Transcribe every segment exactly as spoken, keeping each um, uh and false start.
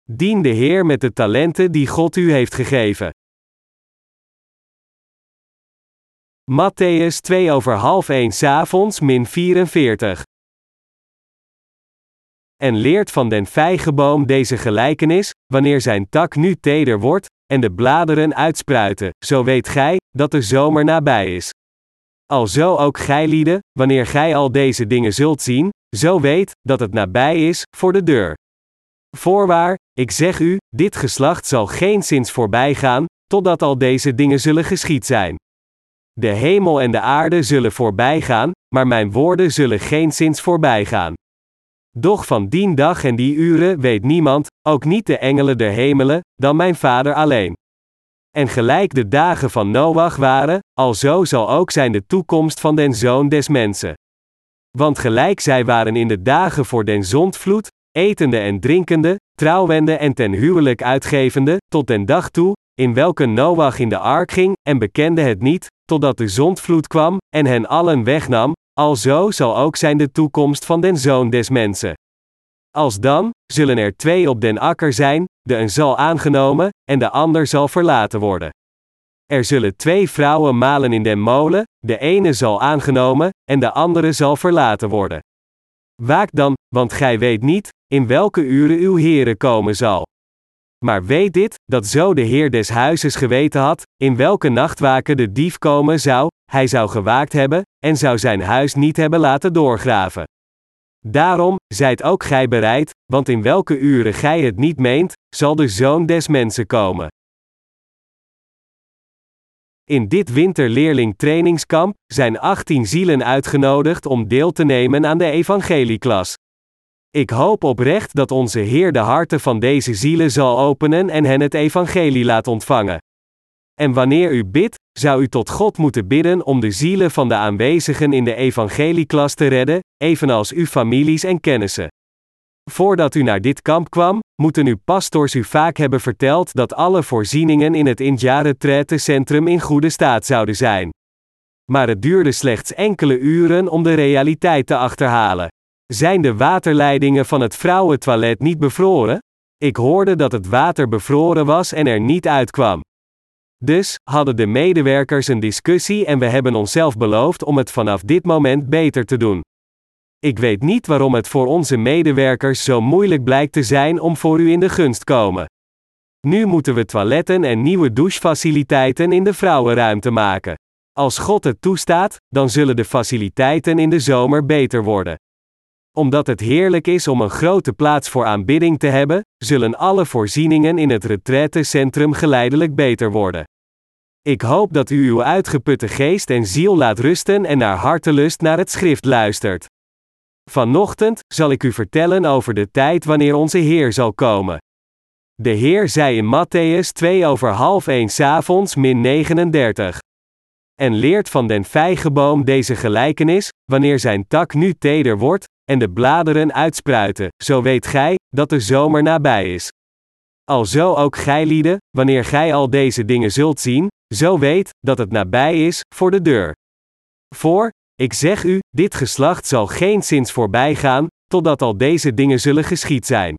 Dien de Heer met de talenten die God u heeft gegeven. Mattheüs twee over half één 's avonds min vierenveertig. En leert van den vijgenboom deze gelijkenis: wanneer zijn tak nu teder wordt, en de bladeren uitspruiten, zo weet gij, dat de zomer nabij is. Alzo ook gijlieden, wanneer gij al deze dingen zult zien, zo weet, dat het nabij is, voor de deur. Voorwaar, ik zeg u, dit geslacht zal geenszins voorbijgaan, totdat al deze dingen zullen geschied zijn. De hemel en de aarde zullen voorbijgaan, maar mijn woorden zullen geenszins voorbijgaan. Doch van dien dag en die uren weet niemand, ook niet de engelen der hemelen, dan mijn Vader alleen. En gelijk de dagen van Noach waren, alzo zal ook zijn de toekomst van den Zoon des Mensen. Want gelijk zij waren in de dagen voor den zondvloed, etende en drinkende, trouwende en ten huwelijk uitgevende, tot den dag toe, in welke Noach in de ark ging, en bekende het niet, totdat de zondvloed kwam, en hen allen wegnam, alzo zal ook zijn de toekomst van den Zoon des Mensen. Alsdan, zullen er twee op den akker zijn, de een zal aangenomen, en de ander zal verlaten worden. Er zullen twee vrouwen malen in den molen, de ene zal aangenomen, en de andere zal verlaten worden. Waak dan, want gij weet niet, in welke uren uw Heere komen zal. Maar weet dit, dat zo de Heer des huizes geweten had, in welke nachtwaken de dief komen zou, hij zou gewaakt hebben, en zou zijn huis niet hebben laten doorgraven. Daarom, zijt ook gij bereid, want in welke uren gij het niet meent, zal de Zoon des Mensen komen. In dit winterleerling-trainingskamp zijn achttien zielen uitgenodigd om deel te nemen aan de evangelieklas. Ik hoop oprecht dat onze Heer de harten van deze zielen zal openen en hen het evangelie laat ontvangen. En wanneer u bidt, zou u tot God moeten bidden om de zielen van de aanwezigen in de evangelieklas te redden, evenals uw families en kennissen. Voordat u naar dit kamp kwam, moeten uw pastors u vaak hebben verteld dat alle voorzieningen in het Inja-retraite-centrum in goede staat zouden zijn. Maar het duurde slechts enkele uren om de realiteit te achterhalen. Zijn de waterleidingen van het vrouwentoilet niet bevroren? Ik hoorde dat het water bevroren was en er niet uitkwam. Dus, hadden de medewerkers een discussie en we hebben onszelf beloofd om het vanaf dit moment beter te doen. Ik weet niet waarom het voor onze medewerkers zo moeilijk blijkt te zijn om voor u in de gunst te komen. Nu moeten we toiletten en nieuwe douchefaciliteiten in de vrouwenruimte maken. Als God het toestaat, dan zullen de faciliteiten in de zomer beter worden. Omdat het heerlijk is om een grote plaats voor aanbidding te hebben, zullen alle voorzieningen in het retraitecentrum geleidelijk beter worden. Ik hoop dat u uw uitgeputte geest en ziel laat rusten en naar hartelust naar het schrift luistert. Vanochtend zal ik u vertellen over de tijd wanneer onze Heer zal komen. De Heer zei in Mattheüs twee over half één 's avonds min negenendertig. En leert van den vijgenboom deze gelijkenis: wanneer zijn tak nu teder wordt, en de bladeren uitspruiten, zo weet gij, dat de zomer nabij is. Alzo ook gijlieden, wanneer gij al deze dingen zult zien, zo weet, dat het nabij is, voor de deur. Voor, ik zeg u, dit geslacht zal geenszins voorbijgaan, totdat al deze dingen zullen geschied zijn.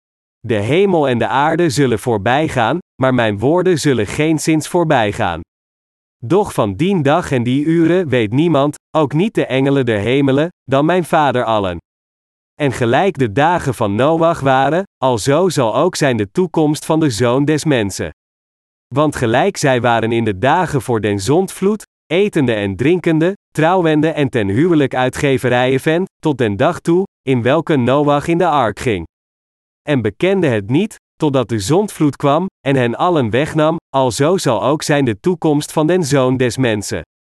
De hemel en de aarde zullen voorbijgaan, maar mijn woorden zullen geenszins voorbijgaan. Doch van dien dag en die uren weet niemand, ook niet de engelen der hemelen, dan mijn Vader allen. En gelijk de dagen van Noach waren, alzo zal ook zijn de toekomst van de Zoon des Mensen. Want gelijk zij waren in de dagen voor den zondvloed, etende en drinkende, trouwende en ten huwelijk uitgeverijen, tot den dag toe, in welke Noach in de ark ging. En bekende het niet, totdat de zondvloed kwam, en hen allen wegnam, alzo zal ook zijn de toekomst van den Zoon des Mensen.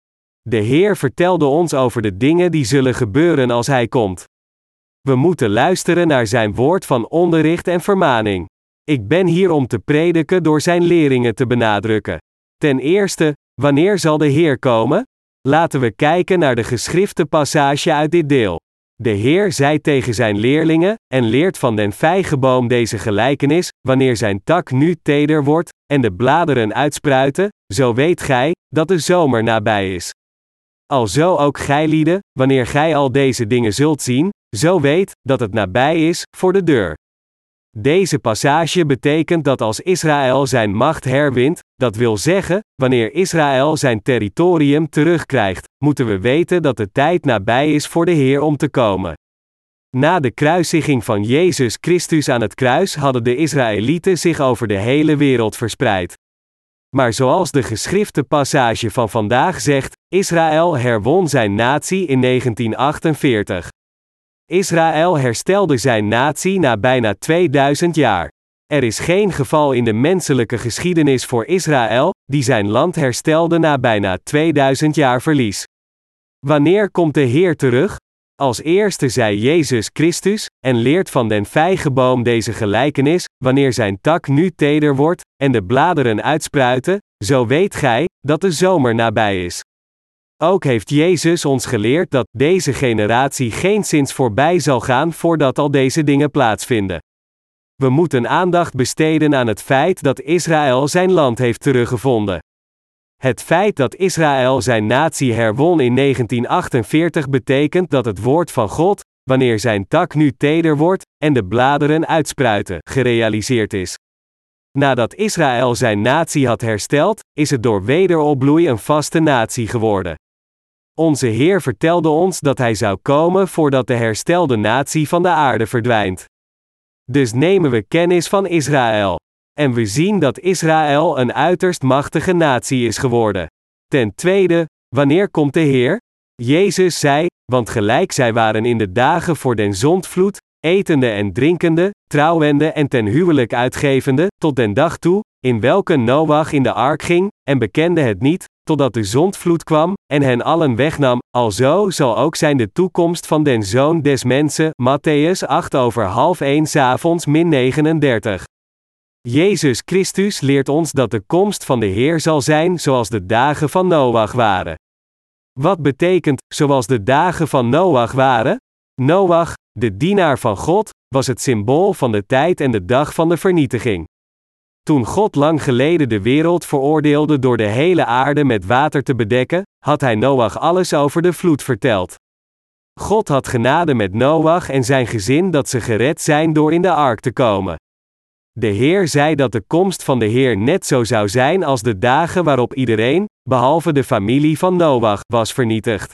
De Heer vertelde ons over de dingen die zullen gebeuren als Hij komt. We moeten luisteren naar zijn woord van onderricht en vermaning. Ik ben hier om te prediken door zijn leringen te benadrukken. Ten eerste, wanneer zal de Heer komen? Laten we kijken naar de geschrifte passage uit dit deel. De Heer zei tegen zijn leerlingen, en leert van den vijgenboom deze gelijkenis: wanneer zijn tak nu teder wordt, en de bladeren uitspruiten, zo weet gij, dat de zomer nabij is. Alzo ook gijlieden, wanneer gij al deze dingen zult zien, zo weet, dat het nabij is, voor de deur. Deze passage betekent dat als Israël zijn macht herwint, dat wil zeggen, wanneer Israël zijn territorium terugkrijgt, moeten we weten dat de tijd nabij is voor de Heer om te komen. Na de kruisiging van Jezus Christus aan het kruis hadden de Israëlieten zich over de hele wereld verspreid. Maar zoals de geschrifte passage van vandaag zegt, Israël herwon zijn natie in negentien achtenveertig. Israël herstelde zijn natie na bijna tweeduizend jaar. Er is geen geval in de menselijke geschiedenis voor Israël, die zijn land herstelde na bijna tweeduizend jaar verlies. Wanneer komt de Heer terug? Als eerste zei Jezus Christus, en leert van den vijgenboom deze gelijkenis, wanneer zijn tak nu teder wordt, en de bladeren uitspruiten, zo weet gij, dat de zomer nabij is. Ook heeft Jezus ons geleerd dat deze generatie geenszins voorbij zal gaan voordat al deze dingen plaatsvinden. We moeten aandacht besteden aan het feit dat Israël zijn land heeft teruggevonden. Het feit dat Israël zijn natie herwon in negentien achtenveertig betekent dat het woord van God, wanneer zijn tak nu teder wordt, en de bladeren uitspruiten, gerealiseerd is. Nadat Israël zijn natie had hersteld, is het door wederopbloei een vaste natie geworden. Onze Heer vertelde ons dat Hij zou komen voordat de herstelde natie van de aarde verdwijnt. Dus nemen we kennis van Israël. En we zien dat Israël een uiterst machtige natie is geworden. Ten tweede, wanneer komt de Heer? Jezus zei, want gelijk zij waren in de dagen voor den zondvloed, etende en drinkende, trouwende en ten huwelijk uitgevende, tot den dag toe, in welke Noach in de ark ging, en bekende het niet, totdat de zondvloed kwam, en hen allen wegnam, alzo zal ook zijn de toekomst van den Zoon des Mensen, Matthäus acht over half één 's avonds min negenendertig. Jezus Christus leert ons dat de komst van de Heer zal zijn zoals de dagen van Noach waren. Wat betekent, zoals de dagen van Noach waren? Noach, de dienaar van God, was het symbool van de tijd en de dag van de vernietiging. Toen God lang geleden de wereld veroordeelde door de hele aarde met water te bedekken, had hij Noach alles over de vloed verteld. God had genade met Noach en zijn gezin dat ze gered zijn door in de ark te komen. De Heer zei dat de komst van de Heer net zo zou zijn als de dagen waarop iedereen, behalve de familie van Noach, was vernietigd.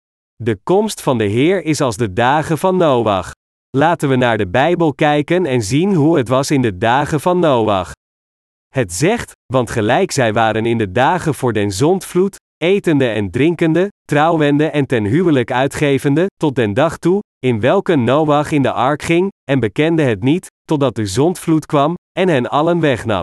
De komst van de Heer is als de dagen van Noach. Laten we naar de Bijbel kijken en zien hoe het was in de dagen van Noach. Het zegt, want gelijk zij waren in de dagen voor den zondvloed, etende en drinkende, trouwende en ten huwelijk uitgevende, tot den dag toe, in welke Noach in de ark ging, en bekende het niet, totdat de zondvloed kwam, en hen allen wegnam.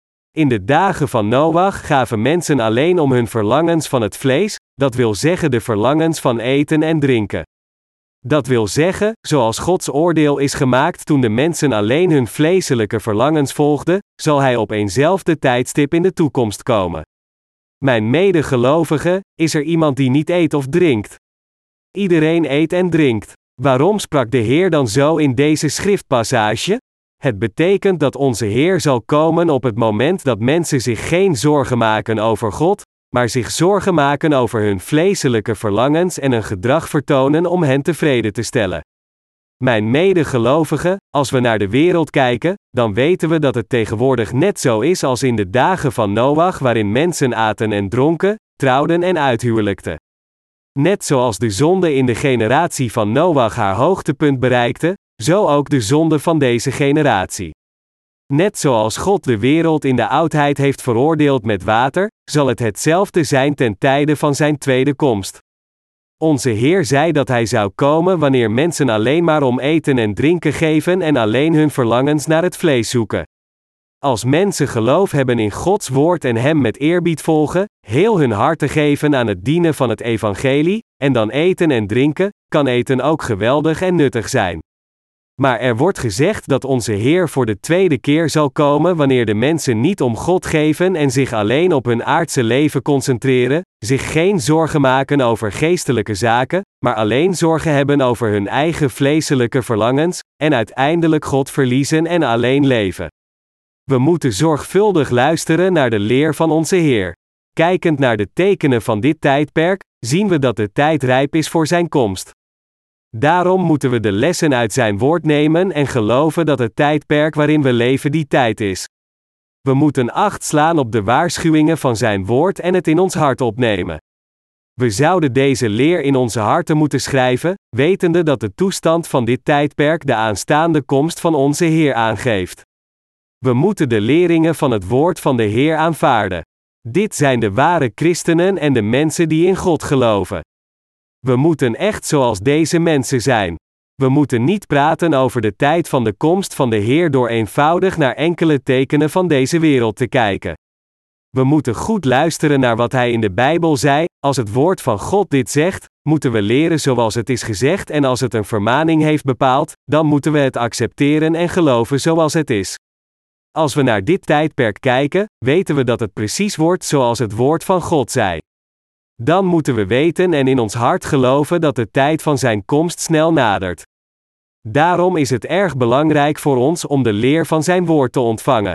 In de dagen van Noach gaven mensen alleen om hun verlangens van het vlees, dat wil zeggen de verlangens van eten en drinken. Dat wil zeggen, zoals Gods oordeel is gemaakt toen de mensen alleen hun vleeselijke verlangens volgden, zal Hij op eenzelfde tijdstip in de toekomst komen. Mijn medegelovige, is er iemand die niet eet of drinkt? Iedereen eet en drinkt. Waarom sprak de Heer dan zo in deze schriftpassage? Het betekent dat onze Heer zal komen op het moment dat mensen zich geen zorgen maken over God, maar zich zorgen maken over hun vleeselijke verlangens en een gedrag vertonen om hen tevreden te stellen. Mijn medegelovigen, als we naar de wereld kijken, dan weten we dat het tegenwoordig net zo is als in de dagen van Noach waarin mensen aten en dronken, trouwden en uithuwelijkten. Net zoals de zonde in de generatie van Noach haar hoogtepunt bereikte, zo ook de zonde van deze generatie. Net zoals God de wereld in de oudheid heeft veroordeeld met water, zal het hetzelfde zijn ten tijde van zijn tweede komst. Onze Heer zei dat Hij zou komen wanneer mensen alleen maar om eten en drinken geven en alleen hun verlangens naar het vlees zoeken. Als mensen geloof hebben in Gods woord en Hem met eerbied volgen, heel hun hart te geven aan het dienen van het evangelie, en dan eten en drinken, kan eten ook geweldig en nuttig zijn. Maar er wordt gezegd dat onze Heer voor de tweede keer zal komen wanneer de mensen niet om God geven en zich alleen op hun aardse leven concentreren, zich geen zorgen maken over geestelijke zaken, maar alleen zorgen hebben over hun eigen vleeselijke verlangens, en uiteindelijk God verliezen en alleen leven. We moeten zorgvuldig luisteren naar de leer van onze Heer. Kijkend naar de tekenen van dit tijdperk, zien we dat de tijd rijp is voor zijn komst. Daarom moeten we de lessen uit zijn woord nemen en geloven dat het tijdperk waarin we leven die tijd is. We moeten acht slaan op de waarschuwingen van zijn woord en het in ons hart opnemen. We zouden deze leer in onze harten moeten schrijven, wetende dat de toestand van dit tijdperk de aanstaande komst van onze Heer aangeeft. We moeten de leringen van het woord van de Heer aanvaarden. Dit zijn de ware christenen en de mensen die in God geloven. We moeten echt zoals deze mensen zijn. We moeten niet praten over de tijd van de komst van de Heer door eenvoudig naar enkele tekenen van deze wereld te kijken. We moeten goed luisteren naar wat Hij in de Bijbel zei. Als het woord van God dit zegt, moeten we leren zoals het is gezegd, en als het een vermaning heeft bepaald, dan moeten we het accepteren en geloven zoals het is. Als we naar dit tijdperk kijken, weten we dat het precies wordt zoals het woord van God zei. Dan moeten we weten en in ons hart geloven dat de tijd van zijn komst snel nadert. Daarom is het erg belangrijk voor ons om de leer van zijn woord te ontvangen.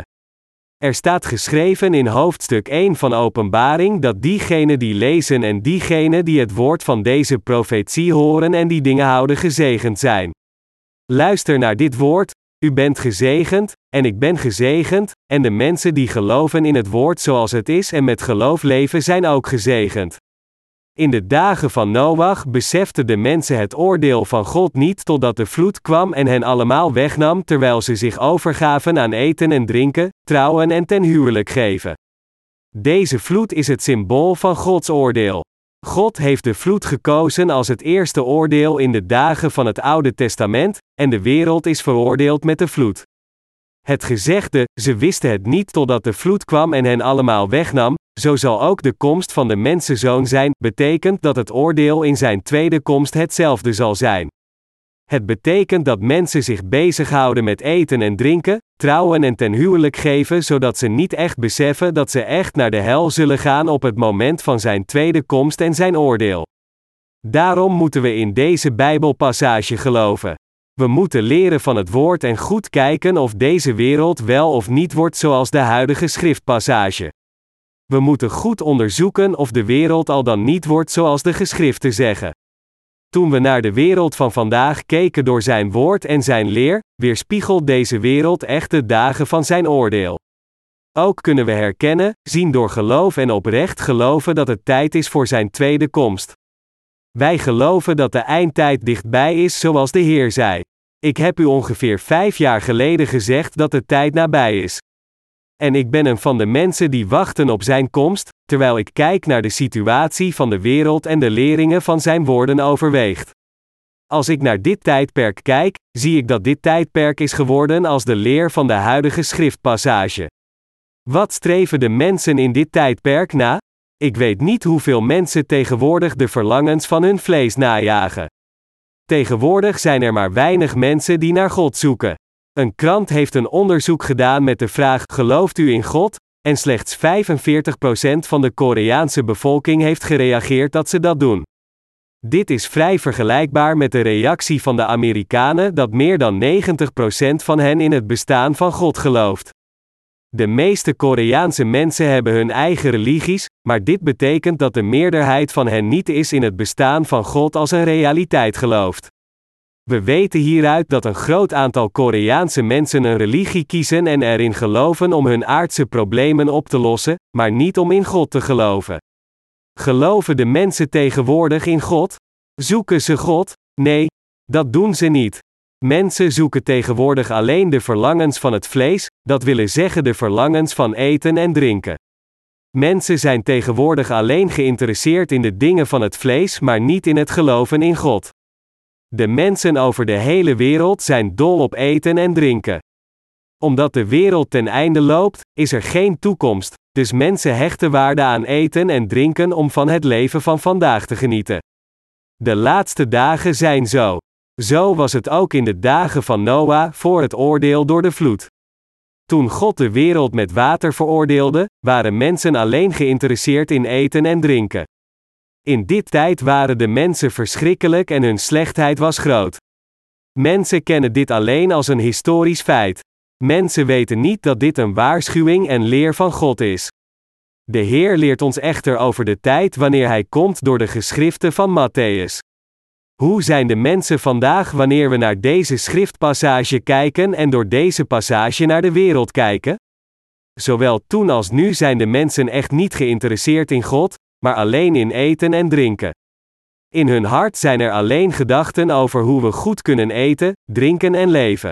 Er staat geschreven in hoofdstuk één van Openbaring dat diegenen die lezen en diegenen die het woord van deze profetie horen en die dingen houden gezegend zijn. Luister naar dit woord: u bent gezegend, en ik ben gezegend, en de mensen die geloven in het woord zoals het is en met geloof leven zijn ook gezegend. In de dagen van Noach beseften de mensen het oordeel van God niet totdat de vloed kwam en hen allemaal wegnam terwijl ze zich overgaven aan eten en drinken, trouwen en ten huwelijk geven. Deze vloed is het symbool van Gods oordeel. God heeft de vloed gekozen als het eerste oordeel in de dagen van het Oude Testament, en de wereld is veroordeeld met de vloed. Het gezegde, ze wisten het niet totdat de vloed kwam en hen allemaal wegnam, zo zal ook de komst van de mensenzoon zijn, betekent dat het oordeel in zijn tweede komst hetzelfde zal zijn. Het betekent dat mensen zich bezighouden met eten en drinken, trouwen en ten huwelijk geven zodat ze niet echt beseffen dat ze echt naar de hel zullen gaan op het moment van zijn tweede komst en zijn oordeel. Daarom moeten we in deze Bijbelpassage geloven. We moeten leren van het woord en goed kijken of deze wereld wel of niet wordt zoals de huidige schriftpassage. We moeten goed onderzoeken of de wereld al dan niet wordt zoals de geschriften zeggen. Toen we naar de wereld van vandaag keken door zijn woord en zijn leer, weerspiegelt deze wereld echt de dagen van zijn oordeel. Ook kunnen we herkennen, zien door geloof en oprecht geloven dat het tijd is voor zijn tweede komst. Wij geloven dat de eindtijd dichtbij is zoals de Heer zei. Ik heb u ongeveer vijf jaar geleden gezegd dat de tijd nabij is. En ik ben een van de mensen die wachten op zijn komst, terwijl ik kijk naar de situatie van de wereld en de leringen van zijn woorden overweegt. Als ik naar dit tijdperk kijk, zie ik dat dit tijdperk is geworden als de leer van de huidige schriftpassage. Wat streven de mensen in dit tijdperk na? Ik weet niet hoeveel mensen tegenwoordig de verlangens van hun vlees najagen. Tegenwoordig zijn er maar weinig mensen die naar God zoeken. Een krant heeft een onderzoek gedaan met de vraag: gelooft u in God? En slechts vijfenveertig procent van de Koreaanse bevolking heeft gereageerd dat ze dat doen. Dit is vrij vergelijkbaar met de reactie van de Amerikanen dat meer dan negentig procent van hen in het bestaan van God gelooft. De meeste Koreaanse mensen hebben hun eigen religies, maar dit betekent dat de meerderheid van hen niet is in het bestaan van God als een realiteit gelooft. We weten hieruit dat een groot aantal Koreaanse mensen een religie kiezen en erin geloven om hun aardse problemen op te lossen, maar niet om in God te geloven. Geloven de mensen tegenwoordig in God? Zoeken ze God? Nee, dat doen ze niet. Mensen zoeken tegenwoordig alleen de verlangens van het vlees, dat willen zeggen de verlangens van eten en drinken. Mensen zijn tegenwoordig alleen geïnteresseerd in de dingen van het vlees, maar niet in het geloven in God. De mensen over de hele wereld zijn dol op eten en drinken. Omdat de wereld ten einde loopt, is er geen toekomst, dus mensen hechten waarde aan eten en drinken om van het leven van vandaag te genieten. De laatste dagen zijn zo. Zo was het ook in de dagen van Noach voor het oordeel door de vloed. Toen God de wereld met water veroordeelde, waren mensen alleen geïnteresseerd in eten en drinken. In dit tijd waren de mensen verschrikkelijk en hun slechtheid was groot. Mensen kennen dit alleen als een historisch feit. Mensen weten niet dat dit een waarschuwing en leer van God is. De Heer leert ons echter over de tijd wanneer Hij komt door de geschriften van Mattheüs. Hoe zijn de mensen vandaag wanneer we naar deze schriftpassage kijken en door deze passage naar de wereld kijken? Zowel toen als nu zijn de mensen echt niet geïnteresseerd in God, maar alleen in eten en drinken. In hun hart zijn er alleen gedachten over hoe we goed kunnen eten, drinken en leven.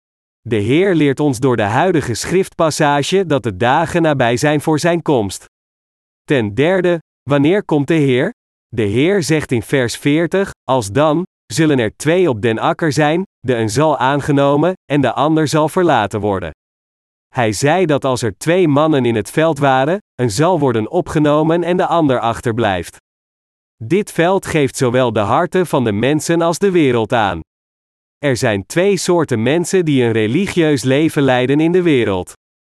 De Heer leert ons door de huidige schriftpassage dat de dagen nabij zijn voor zijn komst. Ten derde, wanneer komt de Heer? De Heer zegt in vers veertig, alsdan, zullen er twee op den akker zijn, de een zal aangenomen, en de ander zal verlaten worden. Hij zei dat als er twee mannen in het veld waren, een zal worden opgenomen en de ander achterblijft. Dit veld geeft zowel de harten van de mensen als de wereld aan. Er zijn twee soorten mensen die een religieus leven leiden in de wereld.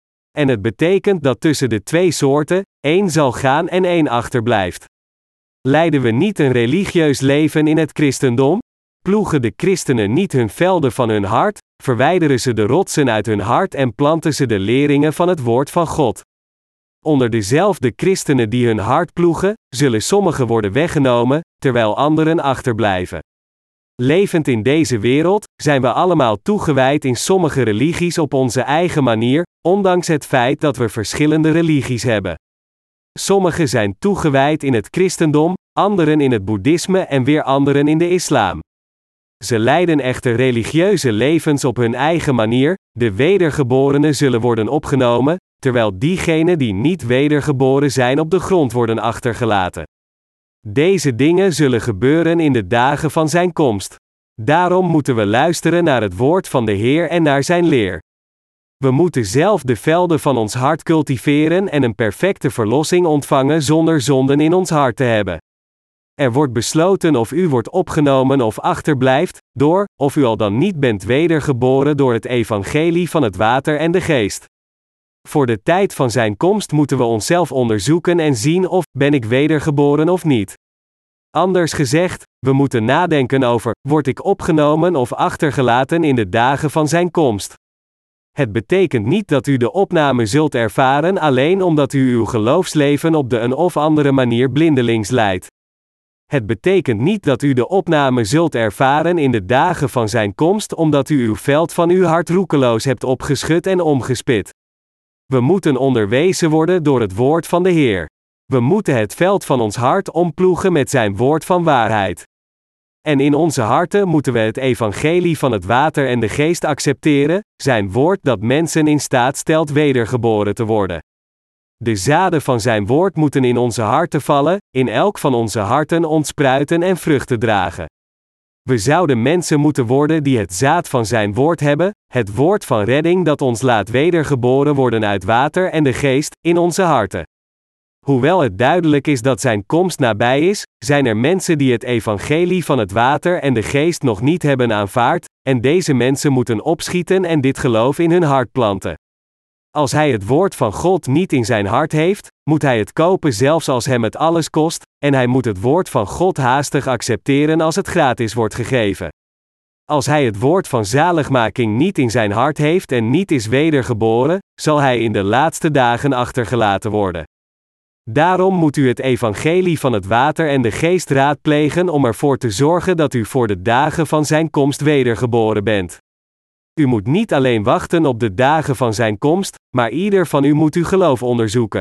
En het betekent dat tussen de twee soorten, één zal gaan en één achterblijft. Leiden we niet een religieus leven in het christendom? Ploegen de christenen niet hun velden van hun hart, verwijderen ze de rotsen uit hun hart en planten ze de leringen van het woord van God. Onder dezelfde christenen die hun hart ploegen, zullen sommigen worden weggenomen, terwijl anderen achterblijven. Levend in deze wereld, zijn we allemaal toegewijd in sommige religies op onze eigen manier, ondanks het feit dat we verschillende religies hebben. Sommigen zijn toegewijd in het christendom, anderen in het boeddhisme en weer anderen in de islam. Ze leiden echter religieuze levens op hun eigen manier, de wedergeborenen zullen worden opgenomen, terwijl diegenen die niet wedergeboren zijn op de grond worden achtergelaten. Deze dingen zullen gebeuren in de dagen van zijn komst. Daarom moeten we luisteren naar het woord van de Heer en naar zijn leer. We moeten zelf de velden van ons hart cultiveren en een perfecte verlossing ontvangen zonder zonden in ons hart te hebben. Er wordt besloten of u wordt opgenomen of achterblijft, door, of u al dan niet bent wedergeboren door het evangelie van het water en de geest. Voor de tijd van zijn komst moeten we onszelf onderzoeken en zien of, ben ik wedergeboren of niet. Anders gezegd, we moeten nadenken over, word ik opgenomen of achtergelaten in de dagen van zijn komst. Het betekent niet dat u de opname zult ervaren alleen omdat u uw geloofsleven op de een of andere manier blindelings leidt. Het betekent niet dat u de opname zult ervaren in de dagen van zijn komst omdat u uw veld van uw hart roekeloos hebt opgeschud en omgespit. We moeten onderwezen worden door het woord van de Heer. We moeten het veld van ons hart omploegen met zijn woord van waarheid. En in onze harten moeten we het evangelie van het water en de geest accepteren, zijn woord dat mensen in staat stelt wedergeboren te worden. De zaden van zijn woord moeten in onze harten vallen, in elk van onze harten ontspruiten en vruchten dragen. We zouden mensen moeten worden die het zaad van zijn woord hebben, het woord van redding dat ons laat wedergeboren worden uit water en de geest, in onze harten. Hoewel het duidelijk is dat zijn komst nabij is, zijn er mensen die het evangelie van het water en de geest nog niet hebben aanvaard, en deze mensen moeten opschieten en dit geloof in hun hart planten. Als hij het woord van God niet in zijn hart heeft, moet hij het kopen zelfs als hem het alles kost, en hij moet het woord van God haastig accepteren als het gratis wordt gegeven. Als hij het woord van zaligmaking niet in zijn hart heeft en niet is wedergeboren, zal hij in de laatste dagen achtergelaten worden. Daarom moet u het evangelie van het water en de geest raadplegen om ervoor te zorgen dat u voor de dagen van zijn komst wedergeboren bent. U moet niet alleen wachten op de dagen van zijn komst, maar ieder van u moet uw geloof onderzoeken.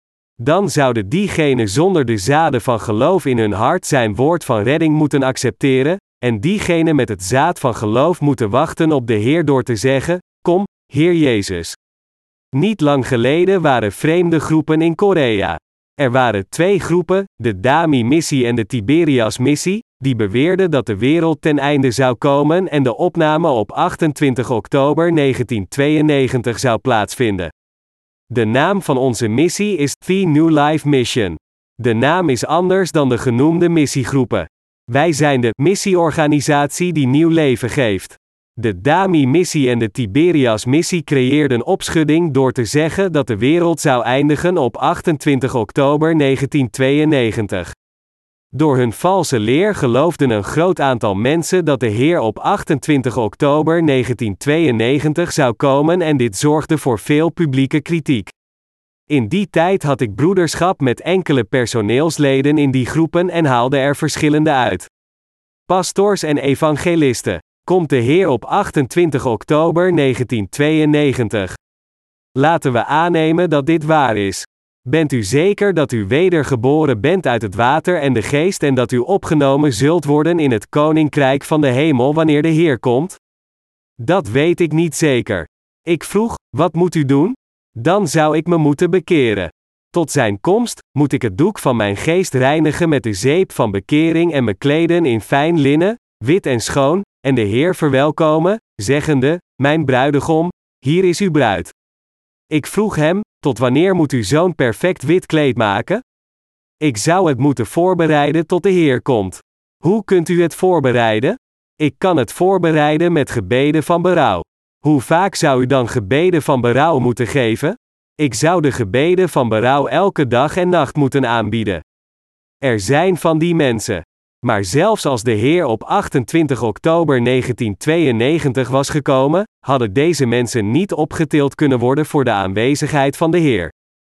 Dan zouden diegenen zonder de zaden van geloof in hun hart zijn woord van redding moeten accepteren, en diegenen met het zaad van geloof moeten wachten op de Heer door te zeggen, kom, Heer Jezus. Niet lang geleden waren vreemde groepen in Korea. Er waren twee groepen, de Dami-missie en de Tiberias-missie, die beweerden dat de wereld ten einde zou komen en de opname op achtentwintig oktober negentienhonderdtweeënnegentig zou plaatsvinden. De naam van onze missie is The New Life Mission. De naam is anders dan de genoemde missiegroepen. Wij zijn de missieorganisatie die nieuw leven geeft. De Dami-missie en de Tiberias-missie creëerden opschudding door te zeggen dat de wereld zou eindigen op achtentwintig oktober negentienhonderdtweeënnegentig. Door hun valse leer geloofden een groot aantal mensen dat de Heer op achtentwintig oktober negentienhonderdtweeënnegentig zou komen en dit zorgde voor veel publieke kritiek. In die tijd had ik broederschap met enkele personeelsleden in die groepen en haalde er verschillende uit. Pastors en evangelisten. Komt de Heer op achtentwintig oktober negentienhonderdtweeënnegentig. Laten we aannemen dat dit waar is. Bent u zeker dat u wedergeboren bent uit het water en de geest en dat u opgenomen zult worden in het koninkrijk van de hemel wanneer de Heer komt? Dat weet ik niet zeker. Ik vroeg, wat moet u doen? Dan zou ik me moeten bekeren. Tot zijn komst, moet ik het doek van mijn geest reinigen met de zeep van bekering en me kleden in fijn linnen, wit en schoon, en de Heer verwelkomen, zeggende, mijn bruidegom, hier is uw bruid. Ik vroeg hem, tot wanneer moet u zo'n perfect wit kleed maken? Ik zou het moeten voorbereiden tot de Heer komt. Hoe kunt u het voorbereiden? Ik kan het voorbereiden met gebeden van berouw. Hoe vaak zou u dan gebeden van berouw moeten geven? Ik zou de gebeden van berouw elke dag en nacht moeten aanbieden. Er zijn van die mensen. Maar zelfs als de Heer op achtentwintig oktober negentienhonderdtweeënnegentig was gekomen, hadden deze mensen niet opgetild kunnen worden voor de aanwezigheid van de Heer.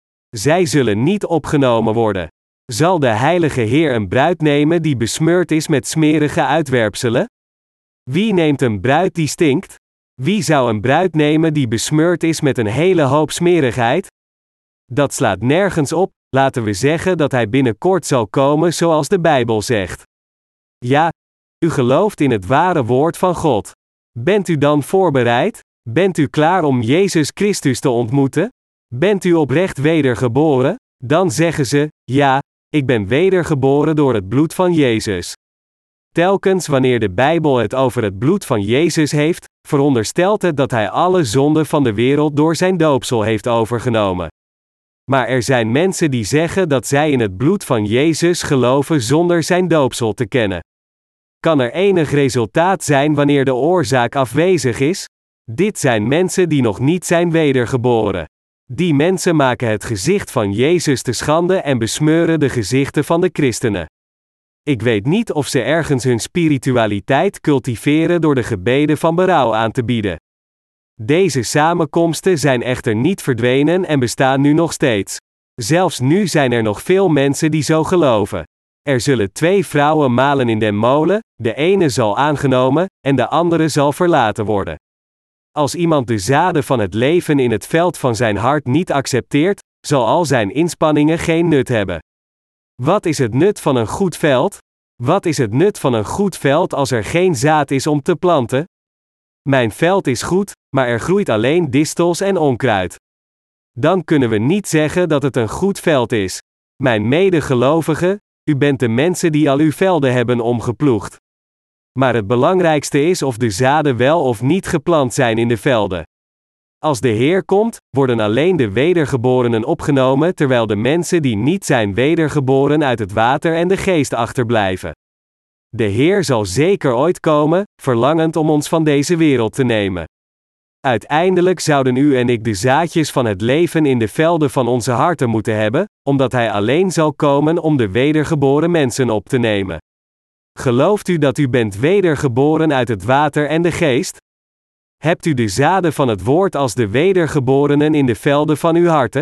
Zij zullen niet opgenomen worden. Zal de Heilige Heer een bruid nemen die besmeurd is met smerige uitwerpselen? Wie neemt een bruid die stinkt? Wie zou een bruid nemen die besmeurd is met een hele hoop smerigheid? Dat slaat nergens op, laten we zeggen dat hij binnenkort zal komen zoals de Bijbel zegt. Ja, u gelooft in het ware woord van God. Bent u dan voorbereid? Bent u klaar om Jezus Christus te ontmoeten? Bent u oprecht wedergeboren? Dan zeggen ze, ja, ik ben wedergeboren door het bloed van Jezus. Telkens wanneer de Bijbel het over het bloed van Jezus heeft, veronderstelt het dat hij alle zonden van de wereld door zijn doopsel heeft overgenomen. Maar er zijn mensen die zeggen dat zij in het bloed van Jezus geloven zonder zijn doopsel te kennen. Kan er enig resultaat zijn wanneer de oorzaak afwezig is? Dit zijn mensen die nog niet zijn wedergeboren. Die mensen maken het gezicht van Jezus te schande en besmeuren de gezichten van de christenen. Ik weet niet of ze ergens hun spiritualiteit cultiveren door de gebeden van berouw aan te bieden. Deze samenkomsten zijn echter niet verdwenen en bestaan nu nog steeds. Zelfs nu zijn er nog veel mensen die zo geloven. Er zullen twee vrouwen malen in den molen, de ene zal aangenomen, en de andere zal verlaten worden. Als iemand de zaden van het leven in het veld van zijn hart niet accepteert, zal al zijn inspanningen geen nut hebben. Wat is het nut van een goed veld? Wat is het nut van een goed veld als er geen zaad is om te planten? Mijn veld is goed, maar er groeit alleen distels en onkruid. Dan kunnen we niet zeggen dat het een goed veld is. Mijn medegelovigen, u bent de mensen die al uw velden hebben omgeploegd. Maar het belangrijkste is of de zaden wel of niet geplant zijn in de velden. Als de Heer komt, worden alleen de wedergeborenen opgenomen terwijl de mensen die niet zijn wedergeboren uit het water en de geest achterblijven. De Heer zal zeker ooit komen, verlangend om ons van deze wereld te nemen. Uiteindelijk zouden u en ik de zaadjes van het leven in de velden van onze harten moeten hebben, omdat Hij alleen zal komen om de wedergeboren mensen op te nemen. Gelooft u dat u bent wedergeboren uit het water en de geest? Hebt u de zaden van het woord als de wedergeborenen in de velden van uw harten?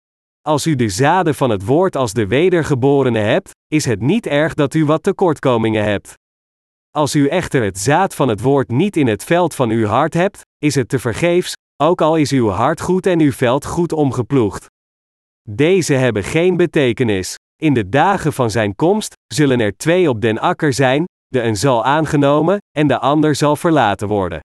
Als u de zaden van het woord als de wedergeborenen hebt, is het niet erg dat u wat tekortkomingen hebt. Als u echter het zaad van het woord niet in het veld van uw hart hebt, is het tevergeefs, ook al is uw hart goed en uw veld goed omgeploegd. Deze hebben geen betekenis. In de dagen van zijn komst, zullen er twee op den akker zijn, de een zal aangenomen, en de ander zal verlaten worden.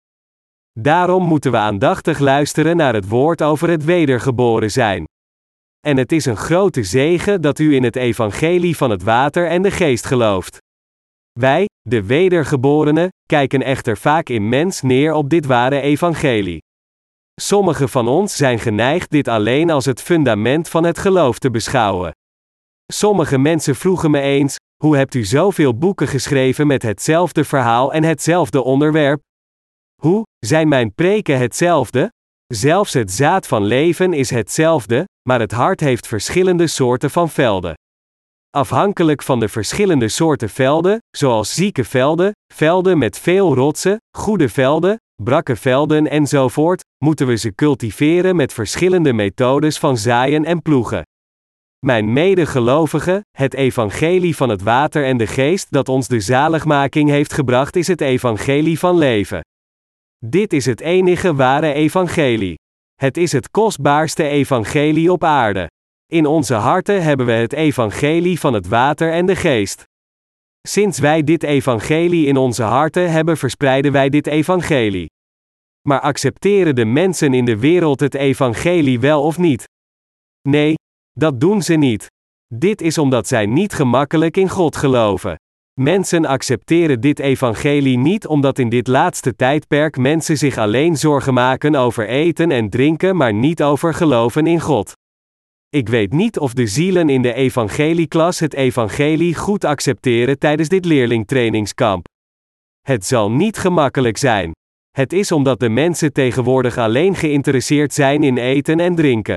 Daarom moeten we aandachtig luisteren naar het woord over het wedergeboren zijn. En het is een grote zegen dat u in het evangelie van het water en de geest gelooft. Wij, de wedergeborenen, kijken echter vaak immens neer op dit ware evangelie. Sommigen van ons zijn geneigd dit alleen als het fundament van het geloof te beschouwen. Sommige mensen vroegen me eens, hoe hebt u zoveel boeken geschreven met hetzelfde verhaal en hetzelfde onderwerp? Hoe, zijn mijn preken hetzelfde? Zelfs het zaad van leven is hetzelfde, maar het hart heeft verschillende soorten van velden. Afhankelijk van de verschillende soorten velden, zoals zieke velden, velden met veel rotsen, goede velden, brakke velden enzovoort, moeten we ze cultiveren met verschillende methodes van zaaien en ploegen. Mijn medegelovigen, het evangelie van het water en de geest dat ons de zaligmaking heeft gebracht is het evangelie van leven. Dit is het enige ware evangelie. Het is het kostbaarste evangelie op aarde. In onze harten hebben we het evangelie van het water en de geest. Sinds wij dit evangelie in onze harten hebben, verspreiden wij dit evangelie. Maar accepteren de mensen in de wereld het evangelie wel of niet? Nee, dat doen ze niet. Dit is omdat zij niet gemakkelijk in God geloven. Mensen accepteren dit evangelie niet omdat in dit laatste tijdperk mensen zich alleen zorgen maken over eten en drinken, maar niet over geloven in God. Ik weet niet of de zielen in de evangelieklas het evangelie goed accepteren tijdens dit leerlingtrainingskamp. Het zal niet gemakkelijk zijn. Het is omdat de mensen tegenwoordig alleen geïnteresseerd zijn in eten en drinken.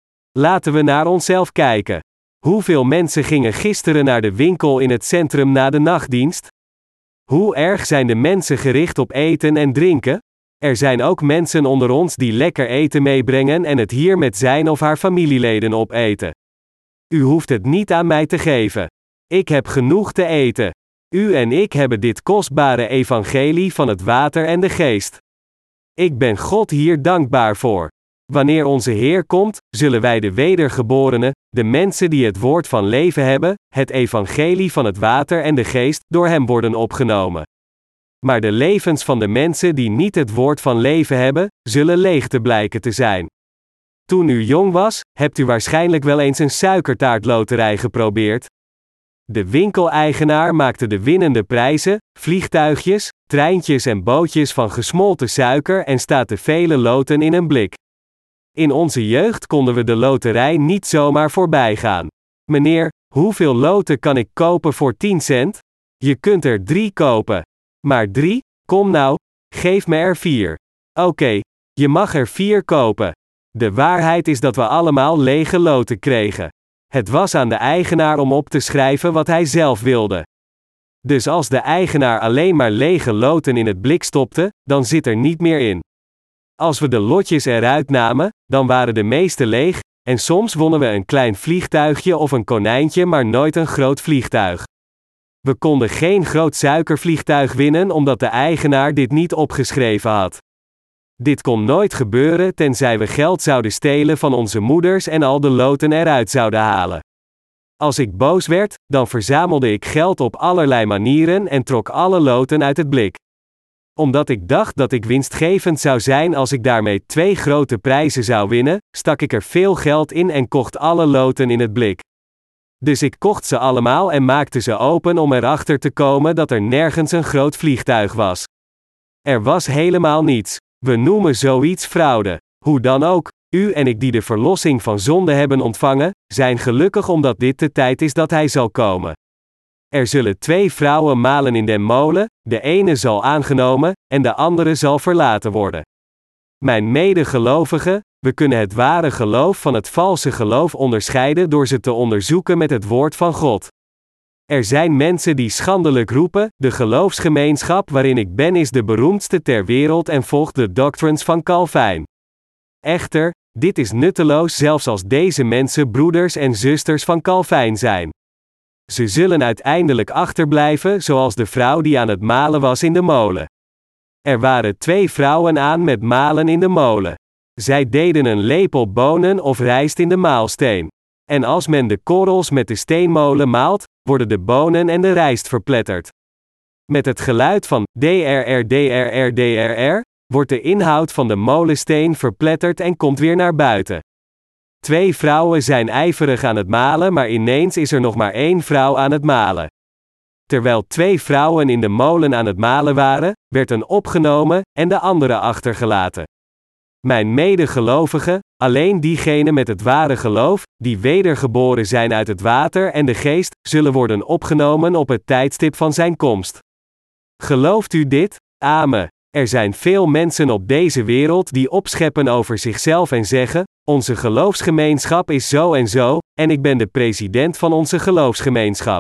Laten we naar onszelf kijken. Hoeveel mensen gingen gisteren naar de winkel in het centrum na de nachtdienst? Hoe erg zijn de mensen gericht op eten en drinken? Er zijn ook mensen onder ons die lekker eten meebrengen en het hier met zijn of haar familieleden opeten. U hoeft het niet aan mij te geven. Ik heb genoeg te eten. U en ik hebben dit kostbare evangelie van het water en de geest. Ik ben God hier dankbaar voor. Wanneer onze Heer komt, zullen wij de wedergeborenen, de mensen die het woord van leven hebben, het evangelie van het water en de geest, door hem worden opgenomen. Maar de levens van de mensen die niet het woord van leven hebben, zullen leeg te blijken te zijn. Toen u jong was, hebt u waarschijnlijk wel eens een suikertaartloterij geprobeerd. De winkeleigenaar maakte de winnende prijzen, vliegtuigjes, treintjes en bootjes van gesmolten suiker en staat vele loten in een blik. In onze jeugd konden we de loterij niet zomaar voorbij gaan. Meneer, hoeveel loten kan ik kopen voor tien cent? Je kunt er drie kopen. Maar drie? Kom nou, geef me er vier. Oké, okay, je mag er vier kopen. De waarheid is dat we allemaal lege loten kregen. Het was aan de eigenaar om op te schrijven wat hij zelf wilde. Dus als de eigenaar alleen maar lege loten in het blik stopte, dan zit er niet meer in. Als we de lotjes eruit namen, dan waren de meeste leeg, en soms wonnen we een klein vliegtuigje of een konijntje, maar nooit een groot vliegtuig. We konden geen groot suikervliegtuig winnen omdat de eigenaar dit niet opgeschreven had. Dit kon nooit gebeuren tenzij we geld zouden stelen van onze moeders en al de loten eruit zouden halen. Als ik boos werd, dan verzamelde ik geld op allerlei manieren en trok alle loten uit het blik. Omdat ik dacht dat ik winstgevend zou zijn als ik daarmee twee grote prijzen zou winnen, stak ik er veel geld in en kocht alle loten in het blik. Dus ik kocht ze allemaal en maakte ze open om erachter te komen dat er nergens een groot vliegtuig was. Er was helemaal niets. We noemen zoiets fraude. Hoe dan ook, u en ik die de verlossing van zonde hebben ontvangen, zijn gelukkig omdat dit de tijd is dat hij zal komen. Er zullen twee vrouwen malen in den molen, de ene zal aangenomen, en de andere zal verlaten worden. Mijn medegelovigen, we kunnen het ware geloof van het valse geloof onderscheiden door ze te onderzoeken met het woord van God. Er zijn mensen die schandelijk roepen, de geloofsgemeenschap waarin ik ben is de beroemdste ter wereld en volgt de doctrines van Calvijn. Echter, dit is nutteloos zelfs als deze mensen broeders en zusters van Calvijn zijn. Ze zullen uiteindelijk achterblijven zoals de vrouw die aan het malen was in de molen. Er waren twee vrouwen aan met malen in de molen. Zij deden een lepel bonen of rijst in de maalsteen. En als men de korrels met de steenmolen maalt, worden de bonen en de rijst verpletterd. Met het geluid van drr drr drr wordt de inhoud van de molensteen verpletterd en komt weer naar buiten. Twee vrouwen zijn ijverig aan het malen, maar ineens is er nog maar één vrouw aan het malen. Terwijl twee vrouwen in de molen aan het malen waren, werd een opgenomen en de andere achtergelaten. Mijn medegelovigen, alleen diegenen met het ware geloof, die wedergeboren zijn uit het water en de geest, zullen worden opgenomen op het tijdstip van zijn komst. Gelooft u dit? Amen. Er zijn veel mensen op deze wereld die opscheppen over zichzelf en zeggen, onze geloofsgemeenschap is zo en zo, en ik ben de president van onze geloofsgemeenschap.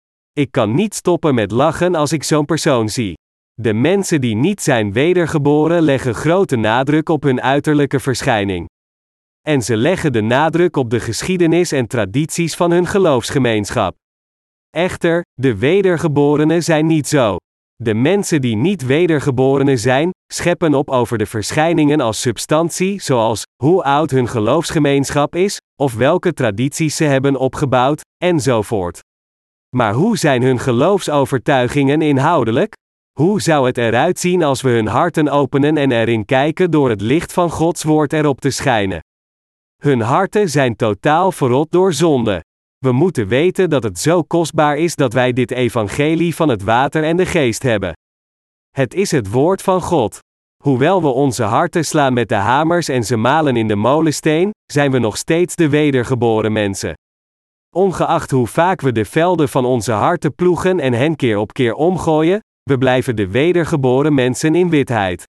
Ik kan niet stoppen met lachen als ik zo'n persoon zie. De mensen die niet zijn wedergeboren leggen grote nadruk op hun uiterlijke verschijning. En ze leggen de nadruk op de geschiedenis en tradities van hun geloofsgemeenschap. Echter, de wedergeborenen zijn niet zo. De mensen die niet wedergeborenen zijn, scheppen op over de verschijningen als substantie, zoals hoe oud hun geloofsgemeenschap is, of welke tradities ze hebben opgebouwd, enzovoort. Maar hoe zijn hun geloofsovertuigingen inhoudelijk? Hoe zou het eruit zien als we hun harten openen en erin kijken door het licht van Gods woord erop te schijnen? Hun harten zijn totaal verrot door zonde. We moeten weten dat het zo kostbaar is dat wij dit evangelie van het water en de geest hebben. Het is het woord van God. Hoewel we onze harten slaan met de hamers en ze malen in de molensteen, zijn we nog steeds de wedergeboren mensen. Ongeacht hoe vaak we de velden van onze harten ploegen en hen keer op keer omgooien, we blijven de wedergeboren mensen in witheid.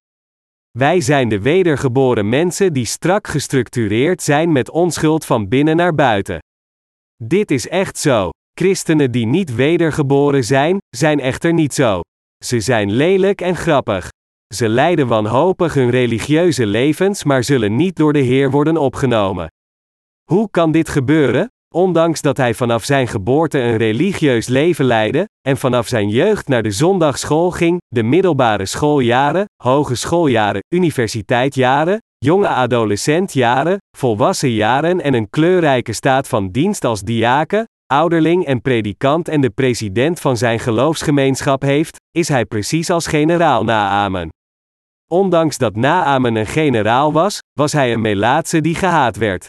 Wij zijn de wedergeboren mensen die strak gestructureerd zijn met onschuld van binnen naar buiten. Dit is echt zo. Christenen die niet wedergeboren zijn, zijn echter niet zo. Ze zijn lelijk en grappig. Ze leiden wanhopig hun religieuze levens, maar zullen niet door de Heer worden opgenomen. Hoe kan dit gebeuren? Ondanks dat hij vanaf zijn geboorte een religieus leven leidde, en vanaf zijn jeugd naar de zondagsschool ging, de middelbare schooljaren, hogesschooljaren, universiteitjaren, jonge adolescentjaren, volwassen jaren en een kleurrijke staat van dienst als diaken, ouderling en predikant en de president van zijn geloofsgemeenschap heeft, is hij precies als generaal Naaman. Ondanks dat Naaman een generaal was, was hij een melaatse die gehaat werd.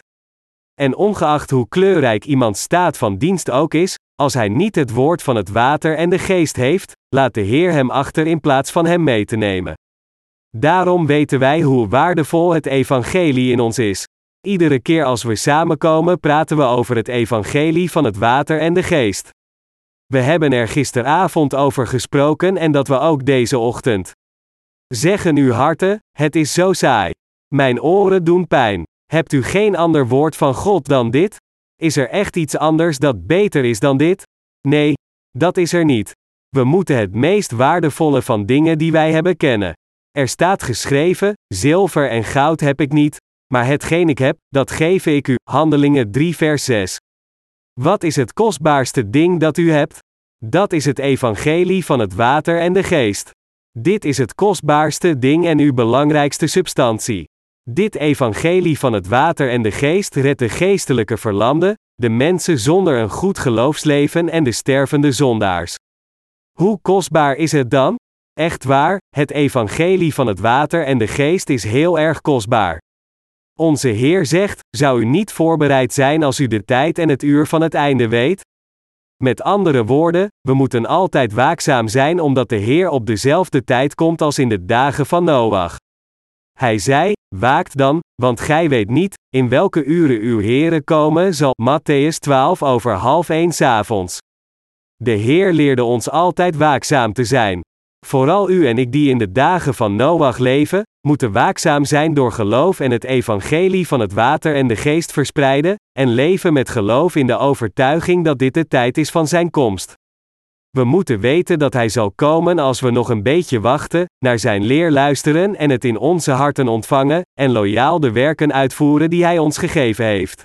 En ongeacht hoe kleurrijk iemands staat van dienst ook is, als hij niet het woord van het water en de geest heeft, laat de Heer hem achter in plaats van hem mee te nemen. Daarom weten wij hoe waardevol het evangelie in ons is. Iedere keer als we samenkomen praten we over het evangelie van het water en de geest. We hebben er gisteravond over gesproken en dat we ook deze ochtend. Zeggen uw harten, het is zo saai. Mijn oren doen pijn. Hebt u geen ander woord van God dan dit? Is er echt iets anders dat beter is dan dit? Nee, dat is er niet. We moeten het meest waardevolle van dingen die wij hebben kennen. Er staat geschreven, zilver en goud heb ik niet, maar hetgeen ik heb, dat geef ik u. Handelingen drie vers zes. Wat is het kostbaarste ding dat u hebt? Dat is het evangelie van het water en de geest. Dit is het kostbaarste ding en uw belangrijkste substantie. Dit evangelie van het water en de geest redt de geestelijke verlamden, de mensen zonder een goed geloofsleven en de stervende zondaars. Hoe kostbaar is het dan? Echt waar, het evangelie van het water en de geest is heel erg kostbaar. Onze Heer zegt, zou u niet voorbereid zijn als u de tijd en het uur van het einde weet? Met andere woorden, we moeten altijd waakzaam zijn omdat de Heer op dezelfde tijd komt als in de dagen van Noach. Hij zei, waakt dan, want gij weet niet, in welke uren uw Heere komen zal. Mattheüs twaalf over half één 's avonds. De Heer leerde ons altijd waakzaam te zijn. Vooral u en ik die in de dagen van Noach leven, moeten waakzaam zijn door geloof en het evangelie van het water en de geest verspreiden, en leven met geloof in de overtuiging dat dit de tijd is van zijn komst. We moeten weten dat hij zal komen als we nog een beetje wachten, naar zijn leer luisteren en het in onze harten ontvangen, en loyaal de werken uitvoeren die hij ons gegeven heeft.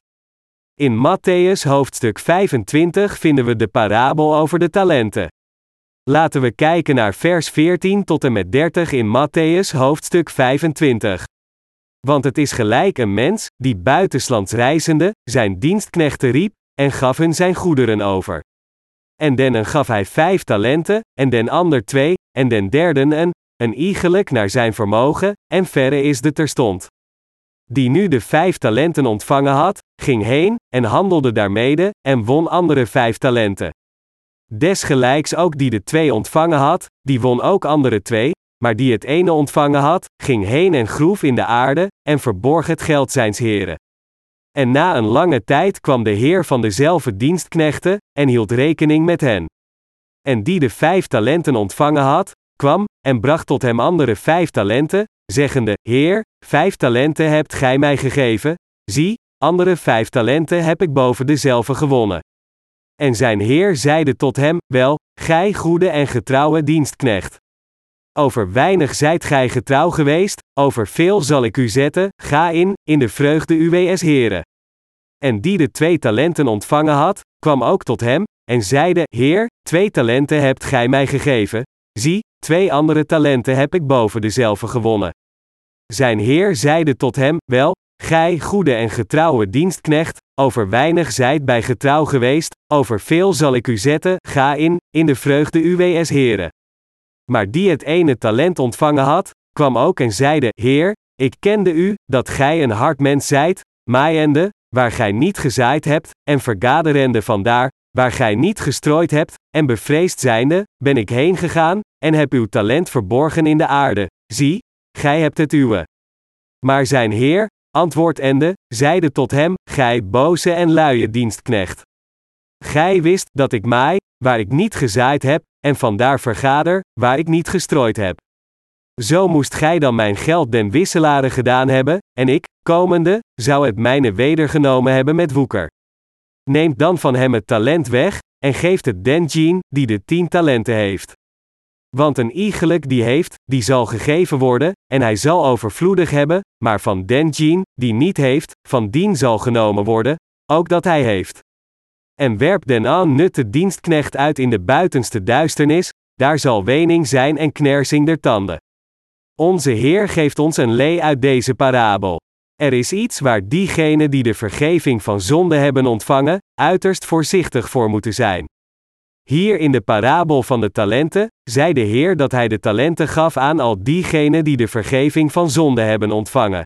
In Mattheüs hoofdstuk vijfentwintig vinden we de parabel over de talenten. Laten we kijken naar vers veertien tot en met dertig in Mattheüs hoofdstuk vijfentwintig. Want het is gelijk een mens, die buitenslands reizende, zijn dienstknechten riep, en gaf hun zijn goederen over. En den een gaf hij vijf talenten, en den ander twee, en den derden een, een iegelijk naar zijn vermogen, en verre is de terstond. Die nu de vijf talenten ontvangen had, ging heen, en handelde daarmede, en won andere vijf talenten. Desgelijks ook die de twee ontvangen had, die won ook andere twee, maar die het ene ontvangen had, ging heen en groef in de aarde, en verborg het geld zijns heren. En na een lange tijd kwam de heer van dezelfde dienstknechten, en hield rekening met hen. En die de vijf talenten ontvangen had, kwam, en bracht tot hem andere vijf talenten, zeggende, Heer, vijf talenten hebt gij mij gegeven, zie, andere vijf talenten heb ik boven dezelfde gewonnen. En zijn heer zeide tot hem, wel, gij goede en getrouwe dienstknecht. Over weinig zijt gij getrouw geweest, over veel zal ik u zetten, ga in, in de vreugde uws Heere. En die de twee talenten ontvangen had, kwam ook tot hem, en zeide, Heer, twee talenten hebt gij mij gegeven, zie, twee andere talenten heb ik boven dezelve gewonnen. Zijn Heer zeide tot hem, wel, gij goede en getrouwe dienstknecht, over weinig zijt bij getrouw geweest, over veel zal ik u zetten, ga in, in de vreugde uws Heere. Maar die het ene talent ontvangen had, kwam ook en zeide, Heer, ik kende u, dat gij een hard mens zijt, maaiende, waar gij niet gezaaid hebt, en vergaderende vandaar, waar gij niet gestrooid hebt, en bevreesd zijnde, ben ik heen gegaan, en heb uw talent verborgen in de aarde, zie, gij hebt het uwe. Maar zijn Heer, antwoordende, zeide tot hem, gij boze en luie dienstknecht. Gij wist, dat ik maai, waar ik niet gezaaid heb, en vandaar vergader, waar ik niet gestrooid heb. Zo moest gij dan mijn geld den wisselaren gedaan hebben, en ik, komende, zou het mijne wedergenomen hebben met woeker. Neemt dan van hem het talent weg, en geeft het dengene, die de tien talenten heeft. Want een iegelijk die heeft, die zal gegeven worden, en hij zal overvloedig hebben, maar van dengene, die niet heeft, van dien zal genomen worden, ook dat hij heeft. En werp den aan nutte dienstknecht uit in de buitenste duisternis, daar zal wening zijn en knersing der tanden. Onze Heer geeft ons een lee uit deze parabel. Er is iets waar diegenen die de vergeving van zonde hebben ontvangen, uiterst voorzichtig voor moeten zijn. Hier in de parabel van de talenten, zei de Heer dat hij de talenten gaf aan al diegenen die de vergeving van zonde hebben ontvangen.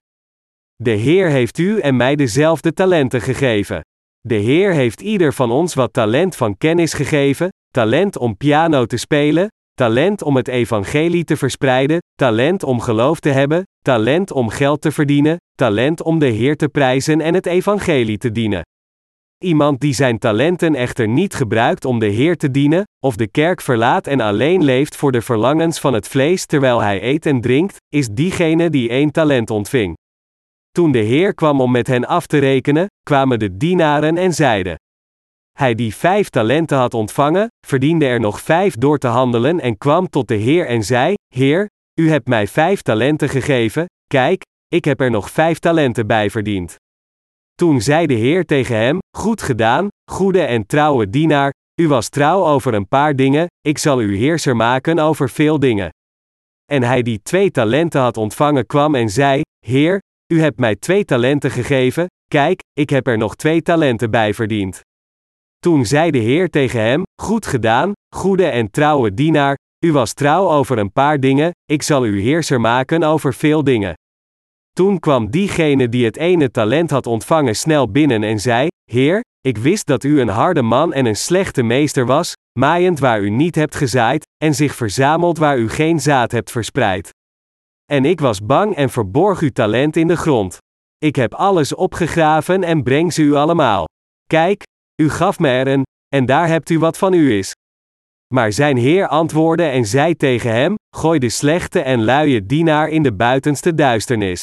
De Heer heeft u en mij dezelfde talenten gegeven. De Heer heeft ieder van ons wat talent van kennis gegeven, talent om piano te spelen, talent om het evangelie te verspreiden, talent om geloof te hebben, talent om geld te verdienen, talent om de Heer te prijzen en het evangelie te dienen. Iemand die zijn talenten echter niet gebruikt om de Heer te dienen, of de kerk verlaat en alleen leeft voor de verlangens van het vlees terwijl hij eet en drinkt, is diegene die één talent ontving. Toen de Heer kwam om met hen af te rekenen, kwamen de dienaren en zeiden: Hij die vijf talenten had ontvangen, verdiende er nog vijf door te handelen en kwam tot de Heer en zei: Heer, u hebt mij vijf talenten gegeven, kijk, ik heb er nog vijf talenten bij verdiend. Toen zei de Heer tegen hem: Goed gedaan, goede en trouwe dienaar, u was trouw over een paar dingen, ik zal u heerser maken over veel dingen. En hij die twee talenten had ontvangen kwam en zei: Heer, u hebt mij twee talenten gegeven, kijk, ik heb er nog twee talenten bij verdiend. Toen zei de Heer tegen hem: Goed gedaan, goede en trouwe dienaar, u was trouw over een paar dingen, ik zal u heerser maken over veel dingen. Toen kwam diegene die het ene talent had ontvangen snel binnen en zei: Heer, ik wist dat u een harde man en een slechte meester was, maaiend waar u niet hebt gezaaid, en zich verzameld waar u geen zaad hebt verspreid. En ik was bang en verborg uw talent in de grond. Ik heb alles opgegraven en breng ze u allemaal. Kijk, u gaf me er een, en daar hebt u wat van u is. Maar zijn Heer antwoordde en zei tegen hem: Gooi de slechte en luie dienaar in de buitenste duisternis.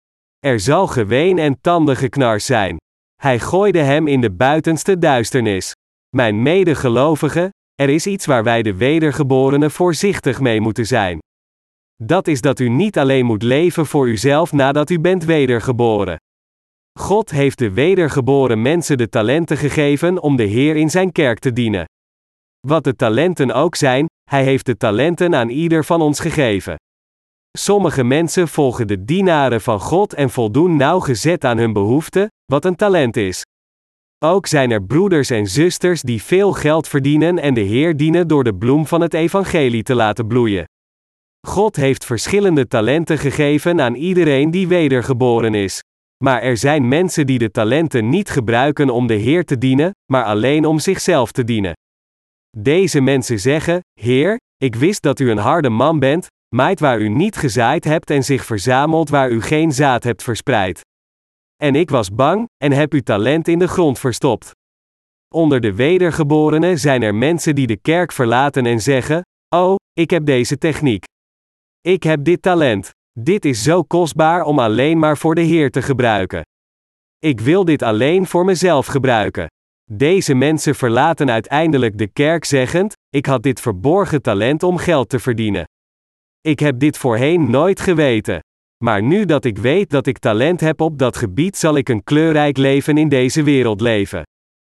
Er zal geween en tandengeknars zijn. Hij gooide hem in de buitenste duisternis. Mijn medegelovigen, er is iets waar wij de wedergeborenen voorzichtig mee moeten zijn. Dat is dat u niet alleen moet leven voor uzelf nadat u bent wedergeboren. God heeft de wedergeboren mensen de talenten gegeven om de Heer in zijn kerk te dienen. Wat de talenten ook zijn, hij heeft de talenten aan ieder van ons gegeven. Sommige mensen volgen de dienaren van God en voldoen nauwgezet aan hun behoeften, wat een talent is. Ook zijn er broeders en zusters die veel geld verdienen en de Heer dienen door de bloem van het evangelie te laten bloeien. God heeft verschillende talenten gegeven aan iedereen die wedergeboren is. Maar er zijn mensen die de talenten niet gebruiken om de Heer te dienen, maar alleen om zichzelf te dienen. Deze mensen zeggen: Heer, ik wist dat u een harde man bent, maait waar u niet gezaaid hebt en zich verzamelt waar u geen zaad hebt verspreid. En ik was bang, en heb uw talent in de grond verstopt. Onder de wedergeborenen zijn er mensen die de kerk verlaten en zeggen: Oh, ik heb deze techniek. Ik heb dit talent. Dit is zo kostbaar om alleen maar voor de Heer te gebruiken. Ik wil dit alleen voor mezelf gebruiken. Deze mensen verlaten uiteindelijk de kerk zeggend: Ik had dit verborgen talent om geld te verdienen. Ik heb dit voorheen nooit geweten. Maar nu dat ik weet dat ik talent heb op dat gebied, zal ik een kleurrijk leven in deze wereld leven.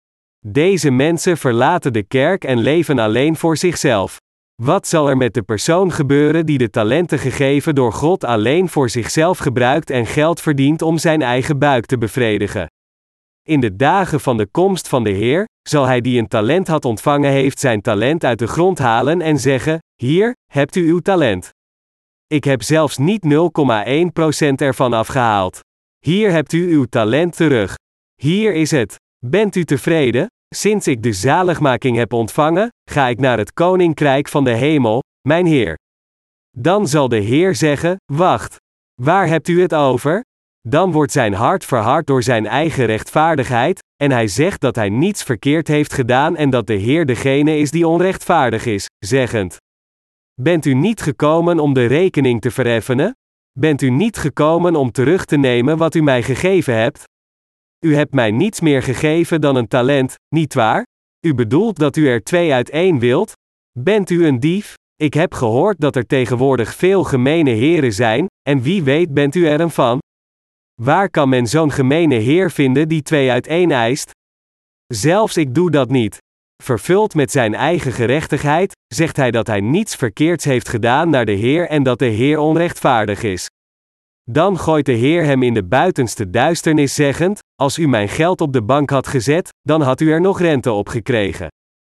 Deze mensen verlaten de kerk en leven alleen voor zichzelf. Wat zal er met de persoon gebeuren die de talenten gegeven door God alleen voor zichzelf gebruikt en geld verdient om zijn eigen buik te bevredigen? In de dagen van de komst van de Heer, zal hij die een talent had ontvangen heeft zijn talent uit de grond halen en zeggen: hier, hebt u uw talent. Ik heb zelfs niet nul komma één procent ervan afgehaald. Hier hebt u uw talent terug. Hier is het. Bent u tevreden? Sinds ik de zaligmaking heb ontvangen, ga ik naar het koninkrijk van de hemel, mijn Heer. Dan zal de Heer zeggen: wacht. Waar hebt u het over? Dan wordt zijn hart verhard door zijn eigen rechtvaardigheid, en hij zegt dat hij niets verkeerd heeft gedaan en dat de Heer degene is die onrechtvaardig is, zeggend: bent u niet gekomen om de rekening te vereffenen? Bent u niet gekomen om terug te nemen wat u mij gegeven hebt? U hebt mij niets meer gegeven dan een talent, nietwaar? U bedoelt dat u er twee uit één wilt? Bent u een dief? Ik heb gehoord dat er tegenwoordig veel gemene heren zijn, en wie weet bent u er een van? Waar kan men zo'n gemene heer vinden die twee uit één eist? Zelfs ik doe dat niet. Vervuld met zijn eigen gerechtigheid, zegt hij dat hij niets verkeerds heeft gedaan naar de Heer en dat de Heer onrechtvaardig is. Dan gooit de Heer hem in de buitenste duisternis zeggend: als u mijn geld op de bank had gezet, dan had u er nog rente op gekregen.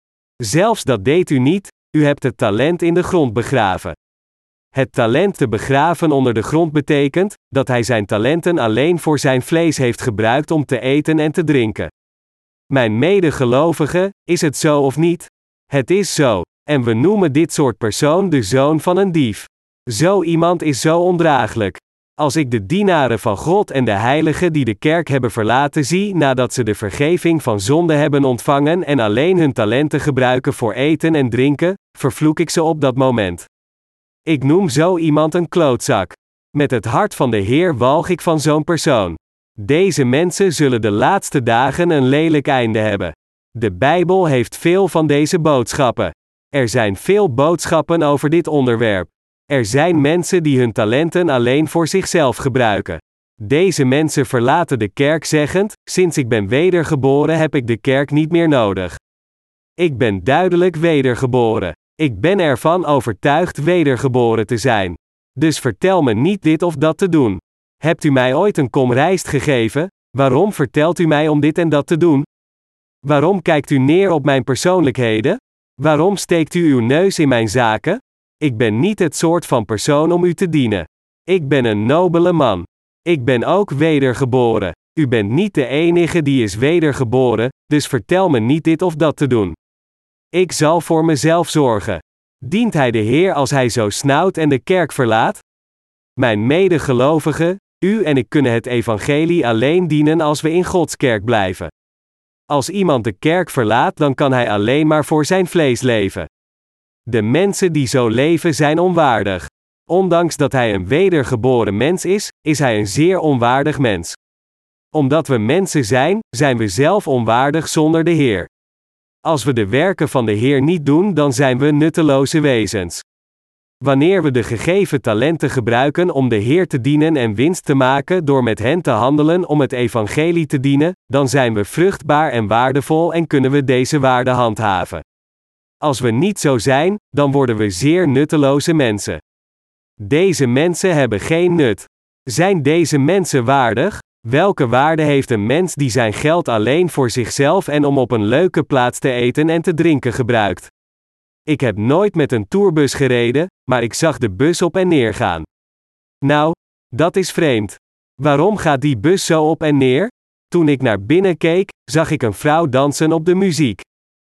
Zelfs dat deed u niet, u hebt het talent in de grond begraven. Het talent te begraven onder de grond betekent, dat hij zijn talenten alleen voor zijn vlees heeft gebruikt om te eten en te drinken. Mijn medegelovigen, is het zo of niet? Het is zo. En we noemen dit soort persoon de zoon van een dief. Zo iemand is zo ondraaglijk. Als ik de dienaren van God en de heiligen die de kerk hebben verlaten zie nadat ze de vergeving van zonde hebben ontvangen en alleen hun talenten gebruiken voor eten en drinken, vervloek ik ze op dat moment. Ik noem zo iemand een klootzak. Met het hart van de Heer walg ik van zo'n persoon. Deze mensen zullen de laatste dagen een lelijk einde hebben. De Bijbel heeft veel van deze boodschappen. Er zijn veel boodschappen over dit onderwerp. Er zijn mensen die hun talenten alleen voor zichzelf gebruiken. Deze mensen verlaten de kerk zeggend: sinds ik ben wedergeboren heb ik de kerk niet meer nodig. Ik ben duidelijk wedergeboren. Ik ben ervan overtuigd wedergeboren te zijn. Dus vertel me niet dit of dat te doen. Hebt u mij ooit een kom rijst gegeven? Waarom vertelt u mij om dit en dat te doen? Waarom kijkt u neer op mijn persoonlijkheden? Waarom steekt u uw neus in mijn zaken? Ik ben niet het soort van persoon om u te dienen. Ik ben een nobele man. Ik ben ook wedergeboren. U bent niet de enige die is wedergeboren, dus vertel me niet dit of dat te doen. Ik zal voor mezelf zorgen. Dient hij de Heer als hij zo snauwt en de kerk verlaat? Mijn medegelovigen, u en ik kunnen het evangelie alleen dienen als we in Gods kerk blijven. Als iemand de kerk verlaat, dan kan hij alleen maar voor zijn vlees leven. De mensen die zo leven zijn onwaardig. Ondanks dat hij een wedergeboren mens is, is hij een zeer onwaardig mens. Omdat we mensen zijn, zijn we zelf onwaardig zonder de Heer. Als we de werken van de Heer niet doen, dan zijn we nutteloze wezens. Wanneer we de gegeven talenten gebruiken om de Heer te dienen en winst te maken door met hen te handelen om het evangelie te dienen, dan zijn we vruchtbaar en waardevol en kunnen we deze waarde handhaven. Als we niet zo zijn, dan worden we zeer nutteloze mensen. Deze mensen hebben geen nut. Zijn deze mensen waardig? Welke waarde heeft een mens die zijn geld alleen voor zichzelf en om op een leuke plaats te eten en te drinken gebruikt? Ik heb nooit met een tourbus gereden, maar ik zag de bus op en neer gaan. Nou, dat is vreemd. Waarom gaat die bus zo op en neer? Toen ik naar binnen keek, zag ik een vrouw dansen op de muziek.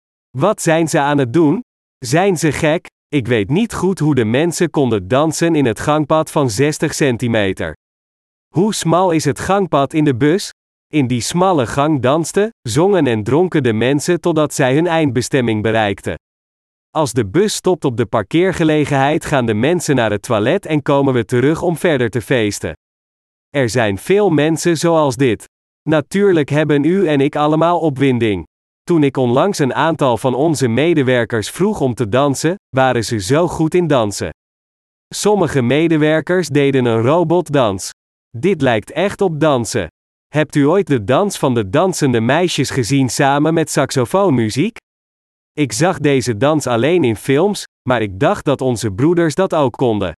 Wat zijn ze aan het doen? Zijn ze gek? Ik weet niet goed hoe de mensen konden dansen in het gangpad van zestig centimeter. Hoe smal is het gangpad in de bus? In die smalle gang dansten, zongen en dronken de mensen totdat zij hun eindbestemming bereikten. Als de bus stopt op de parkeergelegenheid, gaan de mensen naar het toilet en komen we terug om verder te feesten. Er zijn veel mensen zoals dit. Natuurlijk hebben u en ik allemaal opwinding. Toen ik onlangs een aantal van onze medewerkers vroeg om te dansen, waren ze zo goed in dansen. Sommige medewerkers deden een robotdans. Dit lijkt echt op dansen. Hebt u ooit de dans van de dansende meisjes gezien samen met saxofoonmuziek? Ik zag deze dans alleen in films, maar ik dacht dat onze broeders dat ook konden.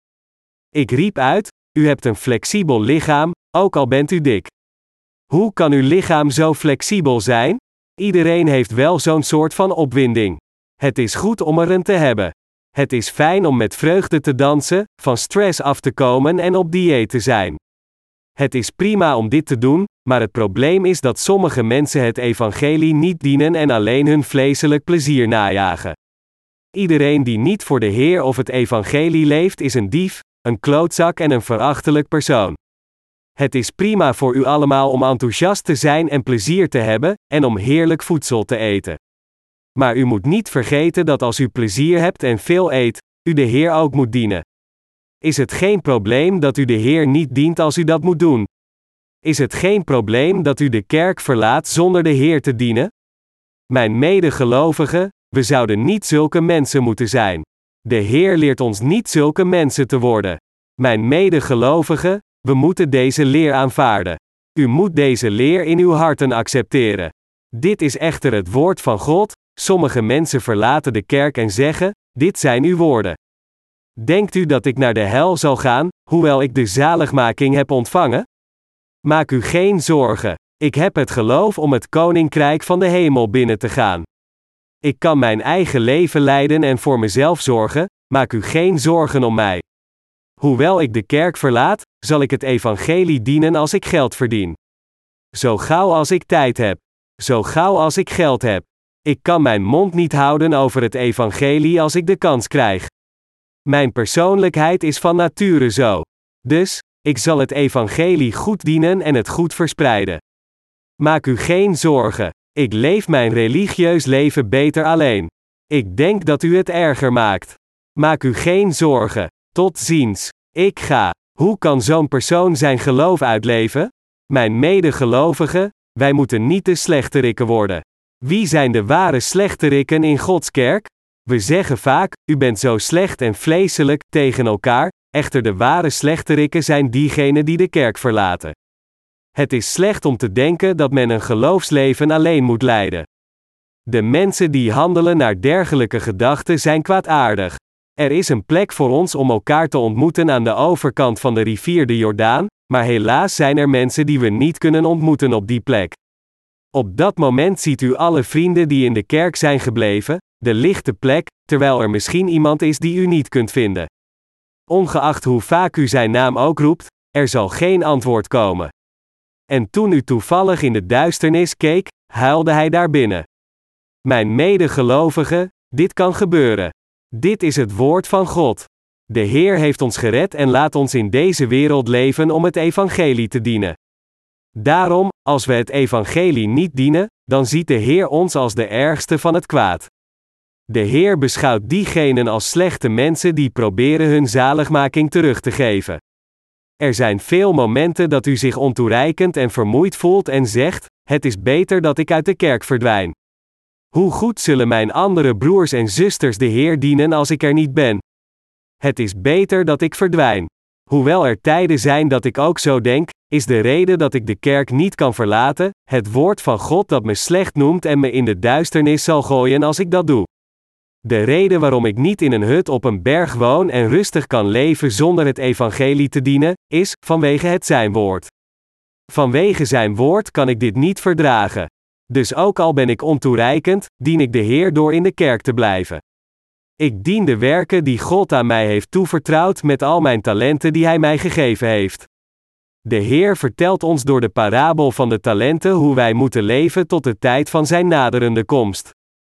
Ik riep uit: u hebt een flexibel lichaam, ook al bent u dik. Hoe kan uw lichaam zo flexibel zijn? Iedereen heeft wel zo'n soort van opwinding. Het is goed om er een te hebben. Het is fijn om met vreugde te dansen, van stress af te komen en op dieet te zijn. Het is prima om dit te doen, maar het probleem is dat sommige mensen het evangelie niet dienen en alleen hun vleeselijk plezier najagen. Iedereen die niet voor de Heer of het evangelie leeft is een dief, een klootzak en een verachtelijk persoon. Het is prima voor u allemaal om enthousiast te zijn en plezier te hebben, en om heerlijk voedsel te eten. Maar u moet niet vergeten dat als u plezier hebt en veel eet, u de Heer ook moet dienen. Is het geen probleem dat u de Heer niet dient als u dat moet doen? Is het geen probleem dat u de kerk verlaat zonder de Heer te dienen? Mijn medegelovigen, we zouden niet zulke mensen moeten zijn. De Heer leert ons niet zulke mensen te worden. Mijn medegelovigen, we moeten deze leer aanvaarden. U moet deze leer in uw harten accepteren. Dit is echter het woord van God. Sommige mensen verlaten de kerk en zeggen: dit zijn uw woorden. Denkt u dat ik naar de hel zal gaan, hoewel ik de zaligmaking heb ontvangen? Maak u geen zorgen. Ik heb het geloof om het koninkrijk van de hemel binnen te gaan. Ik kan mijn eigen leven leiden en voor mezelf zorgen, maak u geen zorgen om mij. Hoewel ik de kerk verlaat, zal ik het evangelie dienen als ik geld verdien. Zo gauw als ik tijd heb. Zo gauw als ik geld heb. Ik kan mijn mond niet houden over het evangelie als ik de kans krijg. Mijn persoonlijkheid is van nature zo. Dus, ik zal het evangelie goed dienen en het goed verspreiden. Maak u geen zorgen. Ik leef mijn religieus leven beter alleen. Ik denk dat u het erger maakt. Maak u geen zorgen. Tot ziens. Ik ga. Hoe kan zo'n persoon zijn geloof uitleven? Mijn medegelovigen, wij moeten niet de slechterikken worden. Wie zijn de ware slechterikken in Gods kerk? We zeggen vaak: u bent zo slecht en vleeselijk tegen elkaar, echter de ware slechterikken zijn diegenen die de kerk verlaten. Het is slecht om te denken dat men een geloofsleven alleen moet leiden. De mensen die handelen naar dergelijke gedachten zijn kwaadaardig. Er is een plek voor ons om elkaar te ontmoeten aan de overkant van de rivier de Jordaan, maar helaas zijn er mensen die we niet kunnen ontmoeten op die plek. Op dat moment ziet u alle vrienden die in de kerk zijn gebleven, de lichte plek, terwijl er misschien iemand is die u niet kunt vinden. Ongeacht hoe vaak u zijn naam ook roept, er zal geen antwoord komen. En toen u toevallig in de duisternis keek, huilde hij daarbinnen. Mijn medegelovigen, dit kan gebeuren. Dit is het woord van God. De Heer heeft ons gered en laat ons in deze wereld leven om het evangelie te dienen. Daarom, als we het evangelie niet dienen, dan ziet de Heer ons als de ergste van het kwaad. De Heer beschouwt diegenen als slechte mensen die proberen hun zaligmaking terug te geven. Er zijn veel momenten dat u zich ontoereikend en vermoeid voelt en zegt: het is beter dat ik uit de kerk verdwijn. Hoe goed zullen mijn andere broers en zusters de Heer dienen als ik er niet ben? Het is beter dat ik verdwijn. Hoewel er tijden zijn dat ik ook zo denk, is de reden dat ik de kerk niet kan verlaten, het woord van God dat me slecht noemt en me in de duisternis zal gooien als ik dat doe. De reden waarom ik niet in een hut op een berg woon en rustig kan leven zonder het evangelie te dienen, is vanwege het zijn woord. Vanwege zijn woord kan ik dit niet verdragen. Dus ook al ben ik ontoereikend, dien ik de Heer door in de kerk te blijven. Ik dien de werken die God aan mij heeft toevertrouwd met al mijn talenten die Hij mij gegeven heeft. De Heer vertelt ons door de parabel van de talenten hoe wij moeten leven tot de tijd van zijn naderende komst.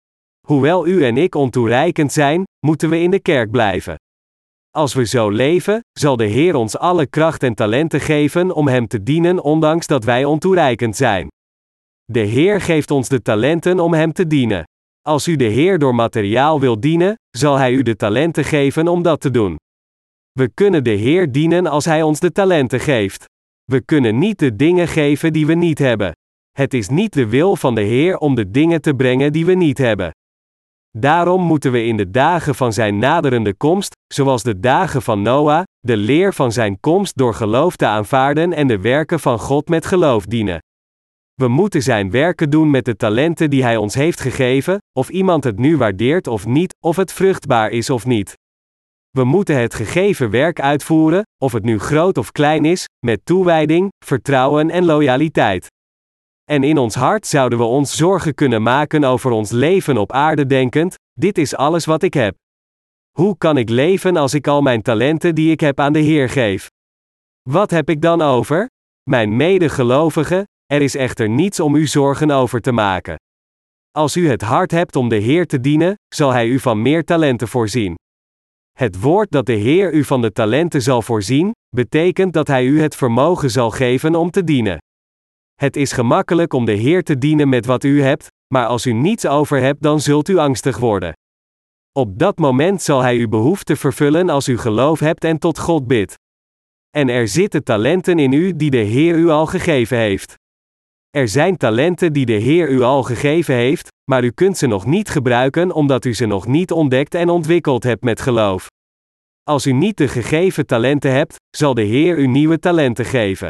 Hoewel u en ik ontoereikend zijn, moeten we in de kerk blijven. Als we zo leven, zal de Heer ons alle kracht en talenten geven om Hem te dienen ondanks dat wij ontoereikend zijn. De Heer geeft ons de talenten om Hem te dienen. Als u de Heer door materiaal wilt dienen, zal Hij u de talenten geven om dat te doen. We kunnen de Heer dienen als Hij ons de talenten geeft. We kunnen niet de dingen geven die we niet hebben. Het is niet de wil van de Heer om de dingen te brengen die we niet hebben. Daarom moeten we in de dagen van zijn naderende komst, zoals de dagen van Noa, de leer van zijn komst door geloof te aanvaarden en de werken van God met geloof dienen. We moeten zijn werken doen met de talenten die hij ons heeft gegeven, of iemand het nu waardeert of niet, of het vruchtbaar is of niet. We moeten het gegeven werk uitvoeren, of het nu groot of klein is, met toewijding, vertrouwen en loyaliteit. En in ons hart zouden we ons zorgen kunnen maken over ons leven op aarde denkend, dit is alles wat ik heb. Hoe kan ik leven als ik al mijn talenten die ik heb aan de Heer geef? Wat heb ik dan over? Mijn medegelovigen, er is echter niets om u zorgen over te maken. Als u het hart hebt om de Heer te dienen, zal Hij u van meer talenten voorzien. Het woord dat de Heer u van de talenten zal voorzien, betekent dat Hij u het vermogen zal geven om te dienen. Het is gemakkelijk om de Heer te dienen met wat u hebt, maar als u niets over hebt dan zult u angstig worden. Op dat moment zal Hij uw behoefte vervullen als u geloof hebt en tot God bidt. En er zitten talenten in u die de Heer u al gegeven heeft. Er zijn talenten die de Heer u al gegeven heeft, maar u kunt ze nog niet gebruiken omdat u ze nog niet ontdekt en ontwikkeld hebt met geloof. Als u niet de gegeven talenten hebt, zal de Heer u nieuwe talenten geven.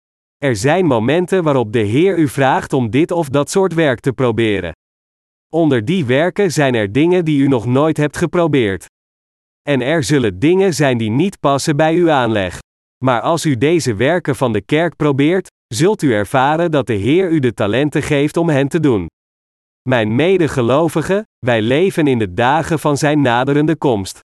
Er zijn momenten waarop de Heer u vraagt om dit of dat soort werk te proberen. Onder die werken zijn er dingen die u nog nooit hebt geprobeerd. En er zullen dingen zijn die niet passen bij uw aanleg. Maar als u deze werken van de kerk probeert, zult u ervaren dat de Heer u de talenten geeft om hen te doen. Mijn medegelovigen, wij leven in de dagen van zijn naderende komst.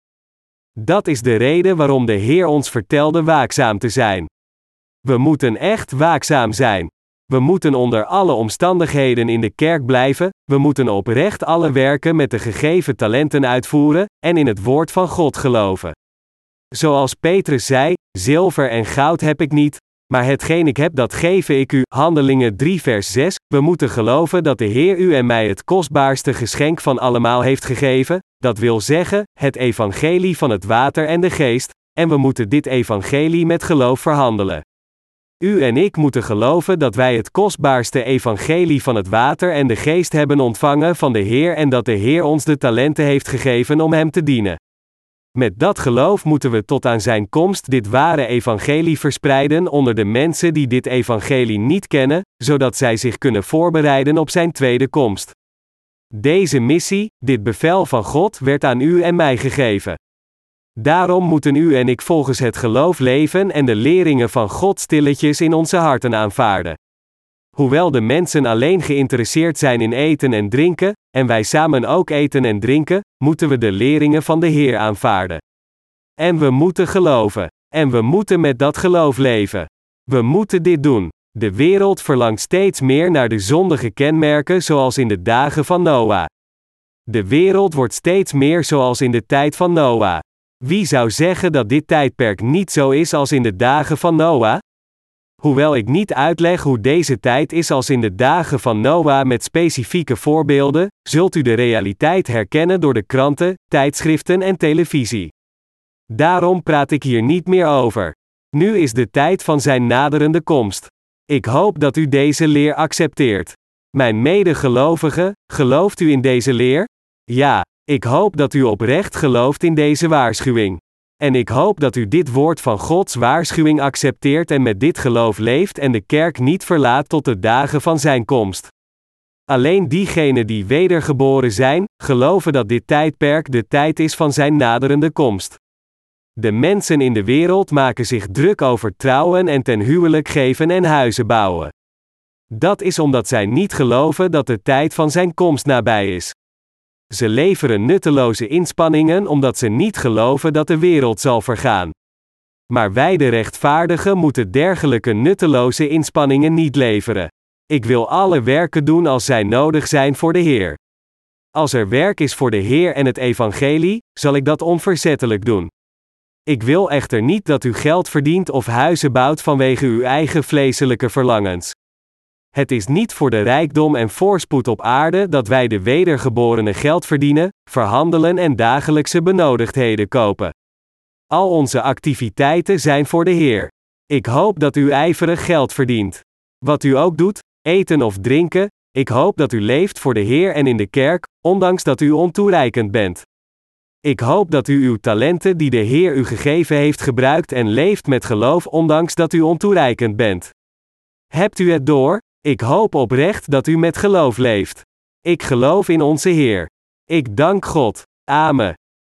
Dat is de reden waarom de Heer ons vertelde waakzaam te zijn. We moeten echt waakzaam zijn. We moeten onder alle omstandigheden in de kerk blijven, we moeten oprecht alle werken met de gegeven talenten uitvoeren, en in het woord van God geloven. Zoals Petrus zei, zilver en goud heb ik niet, maar hetgeen ik heb dat geef ik u. Handelingen drie vers zes, we moeten geloven dat de Heer u en mij het kostbaarste geschenk van allemaal heeft gegeven, dat wil zeggen, het evangelie van het water en de geest, en we moeten dit evangelie met geloof verhandelen. U en ik moeten geloven dat wij het kostbaarste evangelie van het water en de geest hebben ontvangen van de Heer en dat de Heer ons de talenten heeft gegeven om Hem te dienen. Met dat geloof moeten we tot aan zijn komst dit ware evangelie verspreiden onder de mensen die dit evangelie niet kennen, zodat zij zich kunnen voorbereiden op zijn tweede komst. Deze missie, dit bevel van God, werd aan u en mij gegeven. Daarom moeten u en ik volgens het geloof leven en de leringen van God stilletjes in onze harten aanvaarden. Hoewel de mensen alleen geïnteresseerd zijn in eten en drinken, en wij samen ook eten en drinken, moeten we de leringen van de Heer aanvaarden. En we moeten geloven. En we moeten met dat geloof leven. We moeten dit doen. De wereld verlangt steeds meer naar de zondige kenmerken zoals in de dagen van Noa. De wereld wordt steeds meer zoals in de tijd van Noa. Wie zou zeggen dat dit tijdperk niet zo is als in de dagen van Noa? Hoewel ik niet uitleg hoe deze tijd is als in de dagen van Noa met specifieke voorbeelden, zult u de realiteit herkennen door de kranten, tijdschriften en televisie. Daarom praat ik hier niet meer over. Nu is de tijd van zijn naderende komst. Ik hoop dat u deze leer accepteert. Mijn medegelovigen, gelooft u in deze leer? Ja, ik hoop dat u oprecht gelooft in deze waarschuwing. En ik hoop dat u dit woord van Gods waarschuwing accepteert en met dit geloof leeft en de kerk niet verlaat tot de dagen van zijn komst. Alleen diegenen die wedergeboren zijn, geloven dat dit tijdperk de tijd is van zijn naderende komst. De mensen in de wereld maken zich druk over trouwen en ten huwelijk geven en huizen bouwen. Dat is omdat zij niet geloven dat de tijd van zijn komst nabij is. Ze leveren nutteloze inspanningen omdat ze niet geloven dat de wereld zal vergaan. Maar wij de rechtvaardigen moeten dergelijke nutteloze inspanningen niet leveren. Ik wil alle werken doen als zij nodig zijn voor de Heer. Als er werk is voor de Heer en het evangelie, zal ik dat onverzettelijk doen. Ik wil echter niet dat u geld verdient of huizen bouwt vanwege uw eigen vleeselijke verlangens. Het is niet voor de rijkdom en voorspoed op aarde dat wij de wedergeborene geld verdienen, verhandelen en dagelijkse benodigdheden kopen. Al onze activiteiten zijn voor de Heer. Ik hoop dat u ijverig geld verdient. Wat u ook doet, eten of drinken, Ik hoop dat u leeft voor de Heer en in de kerk, ondanks dat u ontoereikend bent. Ik hoop dat u uw talenten die de Heer u gegeven heeft gebruikt en leeft met geloof ondanks dat u ontoereikend bent. Hebt u het door? Ik hoop oprecht dat u met geloof leeft. Ik geloof in onze Heer. Ik dank God. Amen.